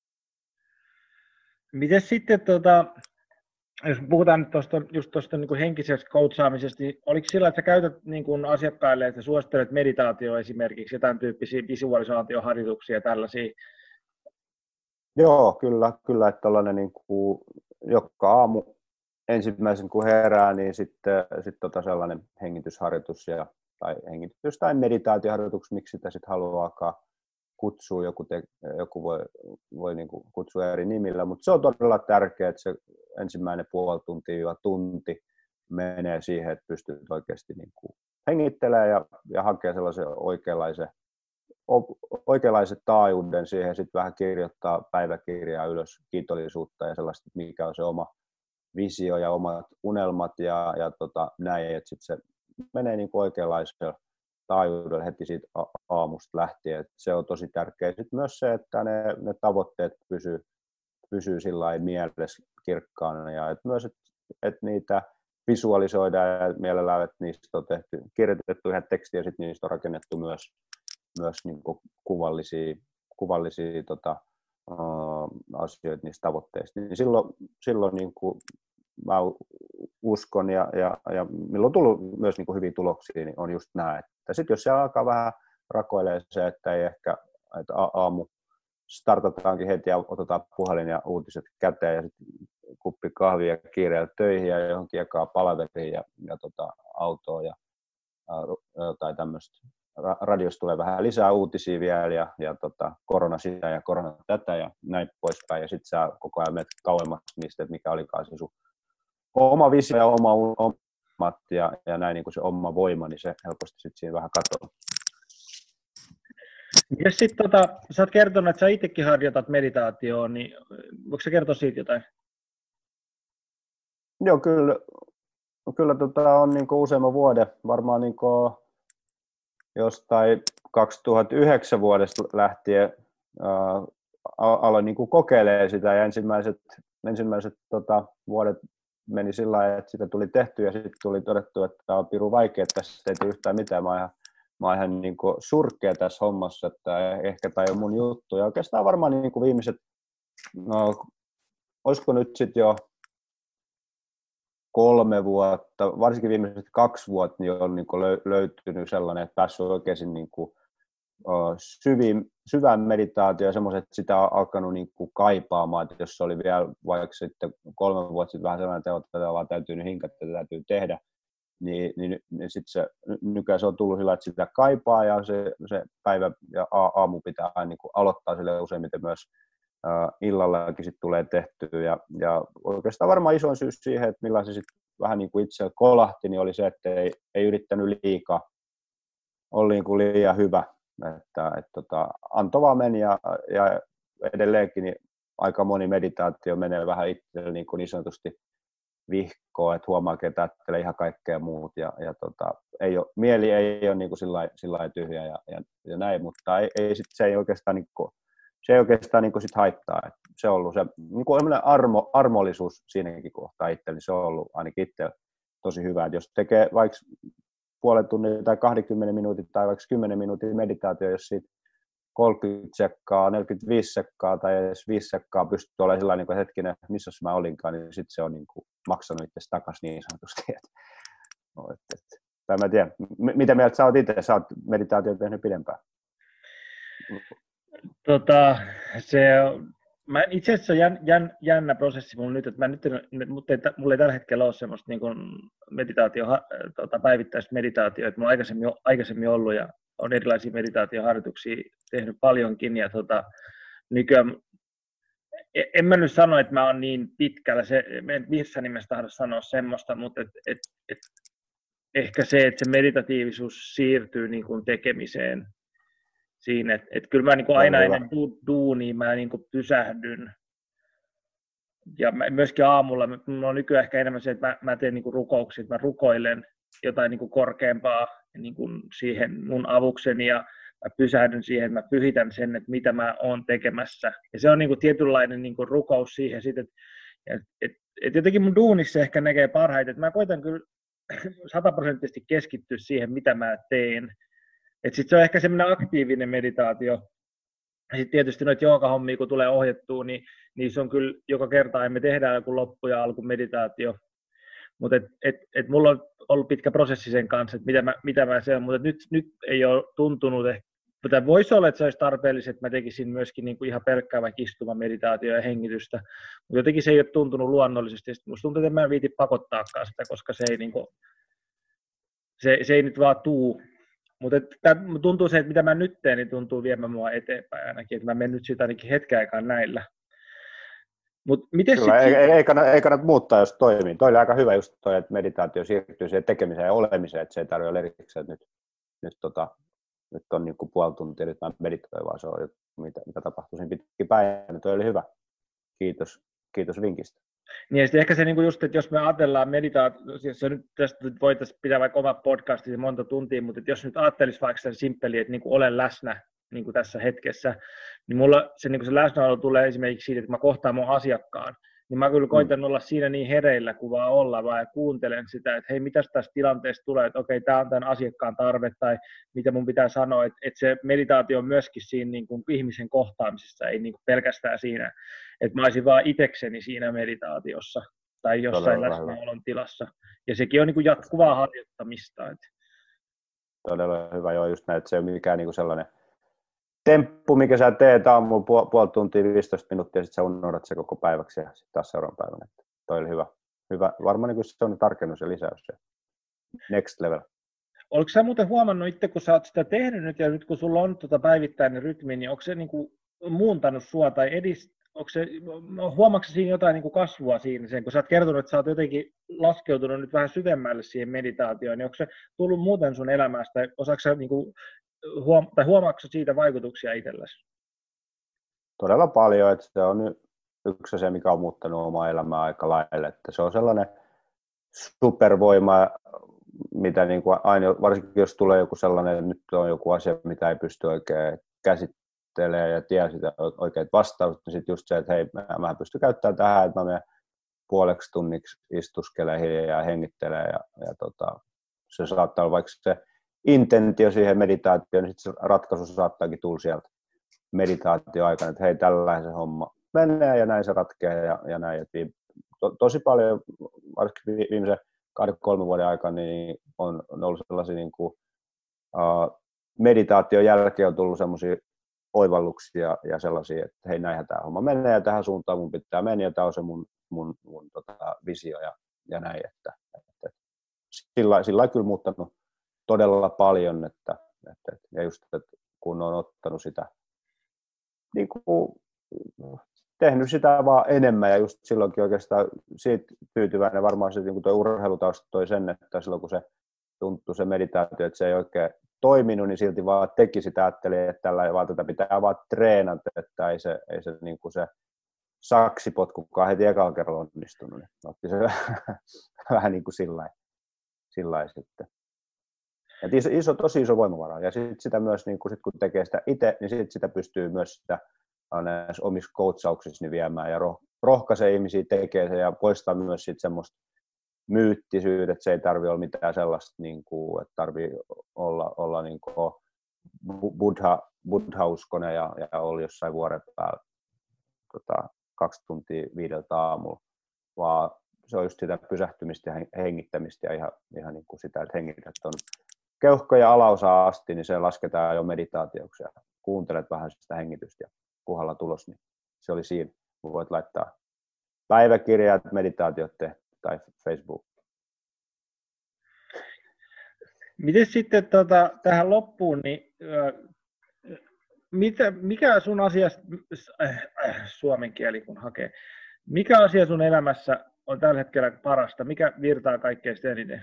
Miten sitten, jos puhutaan nyt tuosta niin kuin henkisestä coachaamisesta, niin oliko sillä, että sä käytät niin kuin asiakkaille, että suosittelet meditaatio esimerkiksi, jotain tyyppisiä visualisaatioharjoituksia ja tällaisia? Joo, kyllä, että tällainen niin kuin joka aamu ensimmäisen kun herää, niin sitten sellainen hengitysharjoitus tai hengitys tai meditaatioharjoitus, miksi sitä sitten haluaakaan kutsua, joku voi niin kuin kutsua eri nimillä, mutta se on todella tärkeää, että se ensimmäinen puoli tunti menee siihen, että pystyt oikeasti niin kuin hengittelemään ja hakee sellaisen oikeanlaisen taajuuden siihen, sitten vähän kirjoittaa päiväkirjaa ylös kiitollisuutta ja sellaista, mikä on se oma visio ja omat unelmat ja näin, että sitten se menee niin kuin oikeanlaisella taajuudella heti siitä aamusta lähtien. Et se on tosi tärkeää. Sitten myös se, että ne tavoitteet pysyy sillä lailla mielessä kirkkaana ja että myös, että niitä visualisoidaan ja mielellään, että niistä on kirjoitettu ihan tekstiä ja sitten niistä on rakennettu myös niin kuin kuvallisia asioita niistä tavoitteista. Niin silloin niin kuin mä uskon ja milloin on tullut myös niin kuin hyviä tuloksia, niin on just nämä. Että sitten jos se alkaa vähän rakoilemaan se, että ei ehkä että aamu startataankin heti ja otetaan puhelin ja uutiset käteen ja sitten kuppi kahvia ja kiireellä töihin ja johonkin ekaa palaveriin ja autoon ja jotain tämmöistä. Radiossa tulee vähän lisää uutisia vielä ja korona sitä ja korona tätä ja näin poispäin. Ja sitten sä koko ajan menet kauemmas niistä, että mikä olikaan se sun oma visio ja omat ja näin niin kuin se oma voima, niin se helposti sitten siinä vähän katoaa. Jos sitten sä oot kertonut, että sä itsekin harjoitat meditaatioon, niin voiko sä kertoa siitä jotain? Joo, kyllä on niin kuin useamman vuoden, varmaan niin kuin jostain 2009 vuodesta lähtien aloin niin kuin kokeilemaan sitä ja ensimmäiset vuodet meni sillä lailla, että sitä tuli tehty ja sitten tuli todettu, että tämä on pirun vaikea, että tässä ei tee yhtään mitään. Mä oon ihan niin kuin surkea tässä hommassa, että ehkä tämä ei ole mun juttu. Ja oikeastaan varmaan niin kuin viimeiset, olisiko nyt sitten jo 3 vuotta, varsinkin viimeiset 2 vuotta, niin on niin kuin löytynyt sellainen, että päässyt oikein niin kuin syvään meditaatioon ja semmoiset, että sitä on alkanut niin kuin kaipaamaan, että jos se oli vielä vaikka sitten 3 vuotta sitten vähän sellainen teo, että tätä vaan täytyy nyt hinkata, tätä täytyy tehdä, niin sitten se, nykyään se on tullut sillä, että sitä kaipaa ja se päivä ja aamu pitää aina niin kuin aloittaa sille useimmiten myös illallakin sitten tulee tehtyä ja oikeastaan varmaan isoin syy siihen, että millaisen sitten vähän niin kuin itse kolahti, niin oli se, että ei yrittänyt liikaa, oli niin kuin liian hyvä, että antoi vaan meni ja edelleenkin niin aika moni meditaatio menee vähän itselle niin kuin niin sanotusti vihkoa, että huomaa, että ajattelee ihan kaikkea muut ja mieli ei ole niin kuin sillä tyhjä ja näin, mutta se ei oikeastaan niin kuin sit haittaa. Et se on ollut se niin kuin armollisuus siinäkin kohtaa itselleni, se on ollut ainakin itsellä tosi hyvä, että jos tekee vaikka puolen tunnin tai 20 minuutin tai vaikka 10 minuutin meditaatio, jos siitä 30 sekkaa, 45 sekkaa tai edes 5 sekkaa pystyy olemaan sellainen, niin kuin hetkinen, missä mä olinkaan, niin sitten se on niin kuin maksanut itse takaisin niin sanotusti. Tai mä en tiedä, mitä mieltä sä oot itse? Sä oot meditaatio tehnyt pidempään. Itse asiassa on jännä prosessi mulla nyt, että mulla ei tällä hetkellä ole semmoista niin kuin päivittäistä meditaatioa, että mulla on aikaisemmin ollut ja on erilaisia meditaatioharjoituksia tehnyt paljonkin ja nykyään en mä nyt sano, että mä oon niin pitkällä, en missään nimessä tahdo sanoa semmoista, mutta ehkä se, että se meditatiivisuus siirtyy niin kuin tekemiseen siinä, että kyllä mä niin kuin aina ennen duunia mä niin kuin pysähdyn ja myöskin aamulla, mulla on nykyään ehkä enemmän se, että mä teen niin kuin rukouksia, että mä rukoilen jotain niin kuin korkeampaa niin kuin siihen mun avukseni ja mä pysähdyn siihen, että mä pyhitän sen, että mitä mä oon tekemässä. Ja se on niin kuin tietynlainen niin kuin rukous siihen, että jotenkin mun duunissa ehkä näkee parhaiten, että mä koitan kyllä 100% keskittyä siihen, mitä mä teen. Sitten se on ehkä semmoinen aktiivinen meditaatio. Sitten tietysti noita joogahommia, kun tulee ohjattua, niin se on kyllä joka kerta, me tehdään joku loppu- ja alkumeditaatio. Mutta mulla on ollut pitkä prosessi sen kanssa, että mitä mä se on, mutta nyt ei ole tuntunut, että voisi olla, että se olisi tarpeellista, että mä tekisin myöskin niin kuin ihan pelkkää vaikka istuva meditaatio ja hengitystä, mutta jotenkin se ei ole tuntunut luonnollisesti. Musta tuntuu, että mä en viiti pakottaakaan sitä, koska se ei, niin kuin, se ei nyt vaan tuu. Mutta tuntuu se, että mitä mä nyt teen, niin tuntuu viemään mua eteenpäin ainakin, että mä menen nyt siitä ainakin hetken aikaan näillä. Kyllä, ei kannata muuttaa, jos toimii. Toi oli aika hyvä just toi, että meditaatio siirtyy siihen tekemiseen ja olemiseen, että se ei tarvitse olla erikseen, että nyt on niin kuin puoli tuntia, nyt mä meditoin, vaan se on mitä tapahtuu siinä pitkin päivänä. Toi oli hyvä. Kiitos vinkistä. Niin ja sitten ehkä se niin kuin just, että jos me ajatellaan meditaatiossa, nyt tästä voitaisiin pitää vaikka oma podcastin monta tuntia, mutta jos nyt ajattelisi vaikka sen simppeliä, että niin kuin olen läsnä niin kuin tässä hetkessä, niin mulla se, niin kuin se läsnäolo tulee esimerkiksi siitä, että mä kohtaan mun asiakkaan, niin mä kyllä koitan olla siinä niin hereillä kuin vaan olla, vaan ja kuuntelen sitä, että hei, mitä tästä tilanteesta tulee, että okei, tämä on tämän asiakkaan tarve, tai mitä mun pitää sanoa, että se meditaatio on myöskin siinä niin kuin ihmisen kohtaamisessa, ei niin kuin pelkästään siinä, että mä olisin vaan itekseni siinä meditaatiossa, tai jossain läsnäolon tilassa, ja sekin on niin kuin jatkuvaa harjoittamista. Todella hyvä, joo, just näin, että se ei ole mikään niin kuin sellainen temppu, mikä sä teet aamulla puoli tuntia, 15 minuuttia, ja sitten sä unohdat se koko päiväksi ja sitten taas seuraavan päivänä. Toi oli hyvä. Varmaan niin se on tarkennus ja lisäys se next level. Oletko sä muuten huomannut itse, kun sä oot sitä tehnyt nyt ja nyt kun sulla on päivittäinen rytmi, niin onko se niin kuin muuntanut sua tai huomaatko siinä jotain niin kuin kasvua siinä, kun sä oot kertonut, että sä oot jotenkin laskeutunut nyt vähän syvemmälle siihen meditaatioon, niin onko se tullut muuten sun elämästä, osaatko sä niin kuin tai huomaatko siitä vaikutuksia itsellesi? Todella paljon, että se on yksi asia, mikä on muuttanut omaa elämää aika lailla, että se on sellainen supervoima, mitä niin kuin aina, varsinkin jos tulee joku sellainen, että nyt on joku asia, mitä ei pysty oikein käsittelemään ja tiedä sitä oikeat vastaukset, niin sitten just se, että hei, mä pystyn käyttämään tähän, että mä menen puoleksi tunniksi istuskelemaan hiljaa ja hengittelemaan ja se saattaa olla vaikka se intentio siihen meditaatioon, niin sitten se ratkaisu saattaakin tulla sieltä meditaatioaikana, että hei, tällainen se homma menee ja näin se ratkeaa ja näin. Tosi paljon, varsinkin viimeisen 2-3 vuoden aikana, niin on ollut sellaisia niin kuin, meditaation jälkeen on tullut sellaisia oivalluksia ja sellaisia, että hei, näinhän tämä homma menee ja tähän suuntaan mun pitää mennä ja tämä on se mun visio ja näin. Että sillä kyllä muuttanut todella paljon, ja just, että kun on ottanut sitä, niin kuin, tehnyt sitä vaan enemmän, ja just silloinkin oikeastaan siitä tyytyväinen, varmaan se niin tuo urheilutausta toi sen, että silloin kun se tuntui se meditaatio, että se ei oikein toiminut, niin silti vaan teki sitä, ajattelin, että tällä vaan tätä pitää vaan treenata, että ei se niin kuin se saksipotkukaan heti ekalla kerralla onnistunut. Niin otti se vähän niin kuin sillä sitten. Et tosi iso voimavara. Ja sit sitä myös, niin kun tekee sitä itse, niin sitä pystyy myös sitä näissä omissa coachauksissa niin viemään ja rohkaisee ihmisiä tekee se ja poistaa myös sit semmoista myyttisyyttä, että se ei tarvitse olla mitään sellaista, niin kuin, että tarvitsee olla niin kuin buddha-uskonen ja olla jossain vuoren päällä 2 tuntia 5 aamulla, vaan se on just sitä pysähtymistä ja hengittämistä ja ihan niin kuin sitä, että hengität on keuhkoja alaosaan asti, niin se lasketaan jo meditaatioksi ja kuuntelet vähän sitä hengitystä ja puhalla tulos, niin se oli siinä. Voit laittaa päiväkirjat, meditaatiot tai Facebook. Miten sitten tähän loppuun, niin mikä sun asiasta, suomen kieli kun hakee, mikä asia sun elämässä on tällä hetkellä parasta? Mikä virtaa kaikkein eniten?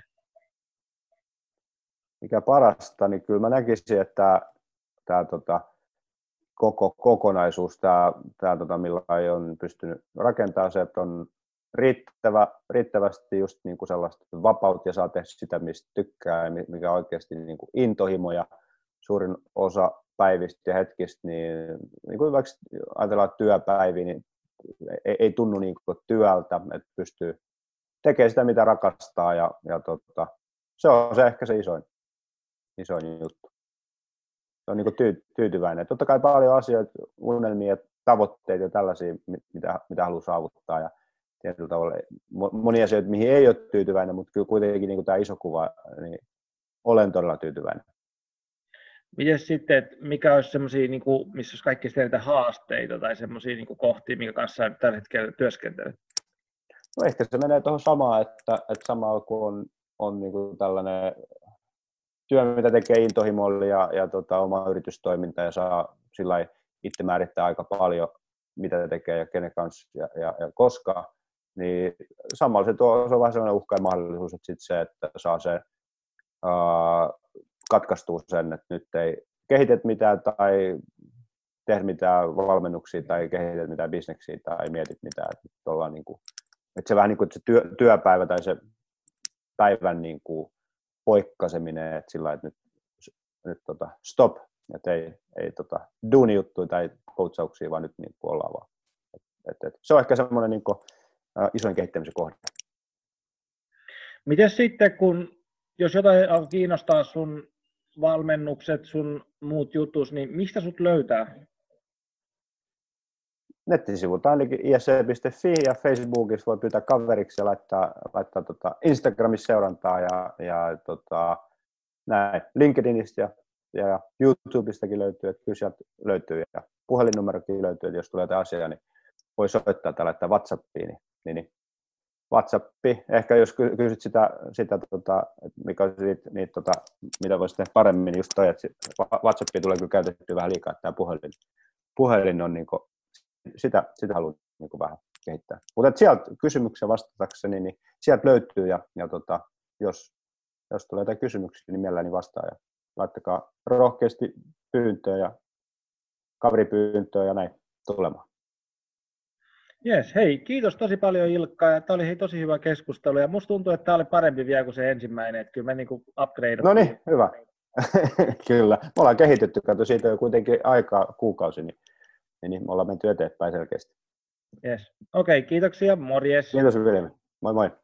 Mikä parasta, niin kyllä mä näkisin, että tämä koko kokonaisuus, millä on pystynyt rakentamaan se, että on riittävästi just niin kuin sellaista vapautta ja saa tehdä sitä, mistä tykkää, mikä on oikeasti niin kuin intohimo ja suurin osa päivistä ja hetkistä, niin kuin vaikka ajatellaan työpäiviä, niin ei tunnu niin kuin työltä, että pystyy tekemään sitä, mitä rakastaa ja se on se ehkä se isoin juttu. Se on niin kuin tyytyväinen. Totta kai paljon asioita, unelmia, tavoitteita ja tällaisia, mitä haluaa saavuttaa. Ja tietyllä tavalla monia asioita, mihin ei ole tyytyväinen, mutta kyllä kuitenkin niin kuin tämä iso kuva, niin olen todella tyytyväinen. Miten sitten, että mikä olisi semmoisia, niin missä olisi kaikkein eniten haasteita tai semmoisia niin kohtia, minkä kanssa tällä hetkellä työskentelet? No ehkä se menee tuohon samaan, että samalla kun on niin kuin tällainen työ, mitä tekee intohimolla ja oma yritystoiminta ja saa sillä itse määrittää aika paljon, mitä tekee ja kenen kanssa ja koska, niin samalla se on vähän sellainen uhka ja mahdollisuus, että, se, että saa se katkaistua sen, että nyt ei kehitet mitään tai tehdä mitään valmennuksia tai kehität mitään bisneksiä tai mietit mitään. Että niin kuin, että se vähän niin kuin se työpäivä tai se päivän niin kuin poikkaseminen, että sillä että nyt stop, että ei duunijuttuja tai coachauksia, vaan nyt niin kuin ollaan vaan. Se on ehkä semmoinen niin kuin isoin kehittämisen kohde. Miten sitten, jos jotain kiinnostaa sun valmennukset, sun muut jutus, niin mistä sut löytää? Nettisivut ainakin isc.fi ja Facebookissa voi pyytää kaveriksi ja laittaa Instagramissa seurantaa ja näin. LinkedInistä ja YouTubestakin löytyy, että kyllä sieltä löytyy ja puhelinnumerokin löytyy, että jos tulee jotain asiaa, niin voi soittaa tai laittaa WhatsAppiin. Niin WhatsAppi, ehkä jos kysyt sitä mikä on niitä, mitä voisi tehdä paremmin, niin just toi, että WhatsAppia tulee kyllä käytettyä vähän liikaa, että tämä puhelin on niin kuin, sitä haluan niin kuin vähän kehittää. Mutta sieltä kysymyksiä vastatakseni, niin sieltä löytyy ja jos tulee jotain kysymyksiä, niin mielelläni vastaan ja laittakaa rohkeasti pyyntöä ja kaveripyyntöä ja näin tulemaan. Jes, hei, kiitos tosi paljon Ilkka, ja tämä oli tosi hyvä keskustelu, ja musta tuntuu, että tämä oli parempi vielä kuin se ensimmäinen, että kyllä me niin upgradeattiin. No niin, hyvä. Kyllä, me ollaan kehitetty, kato siitä on kuitenkin aikaa kuukausi, niin me ollaan menty eteenpäin selkeästi. Jes, okei, kiitoksia, morjes. Kiitos Viljami, moi moi.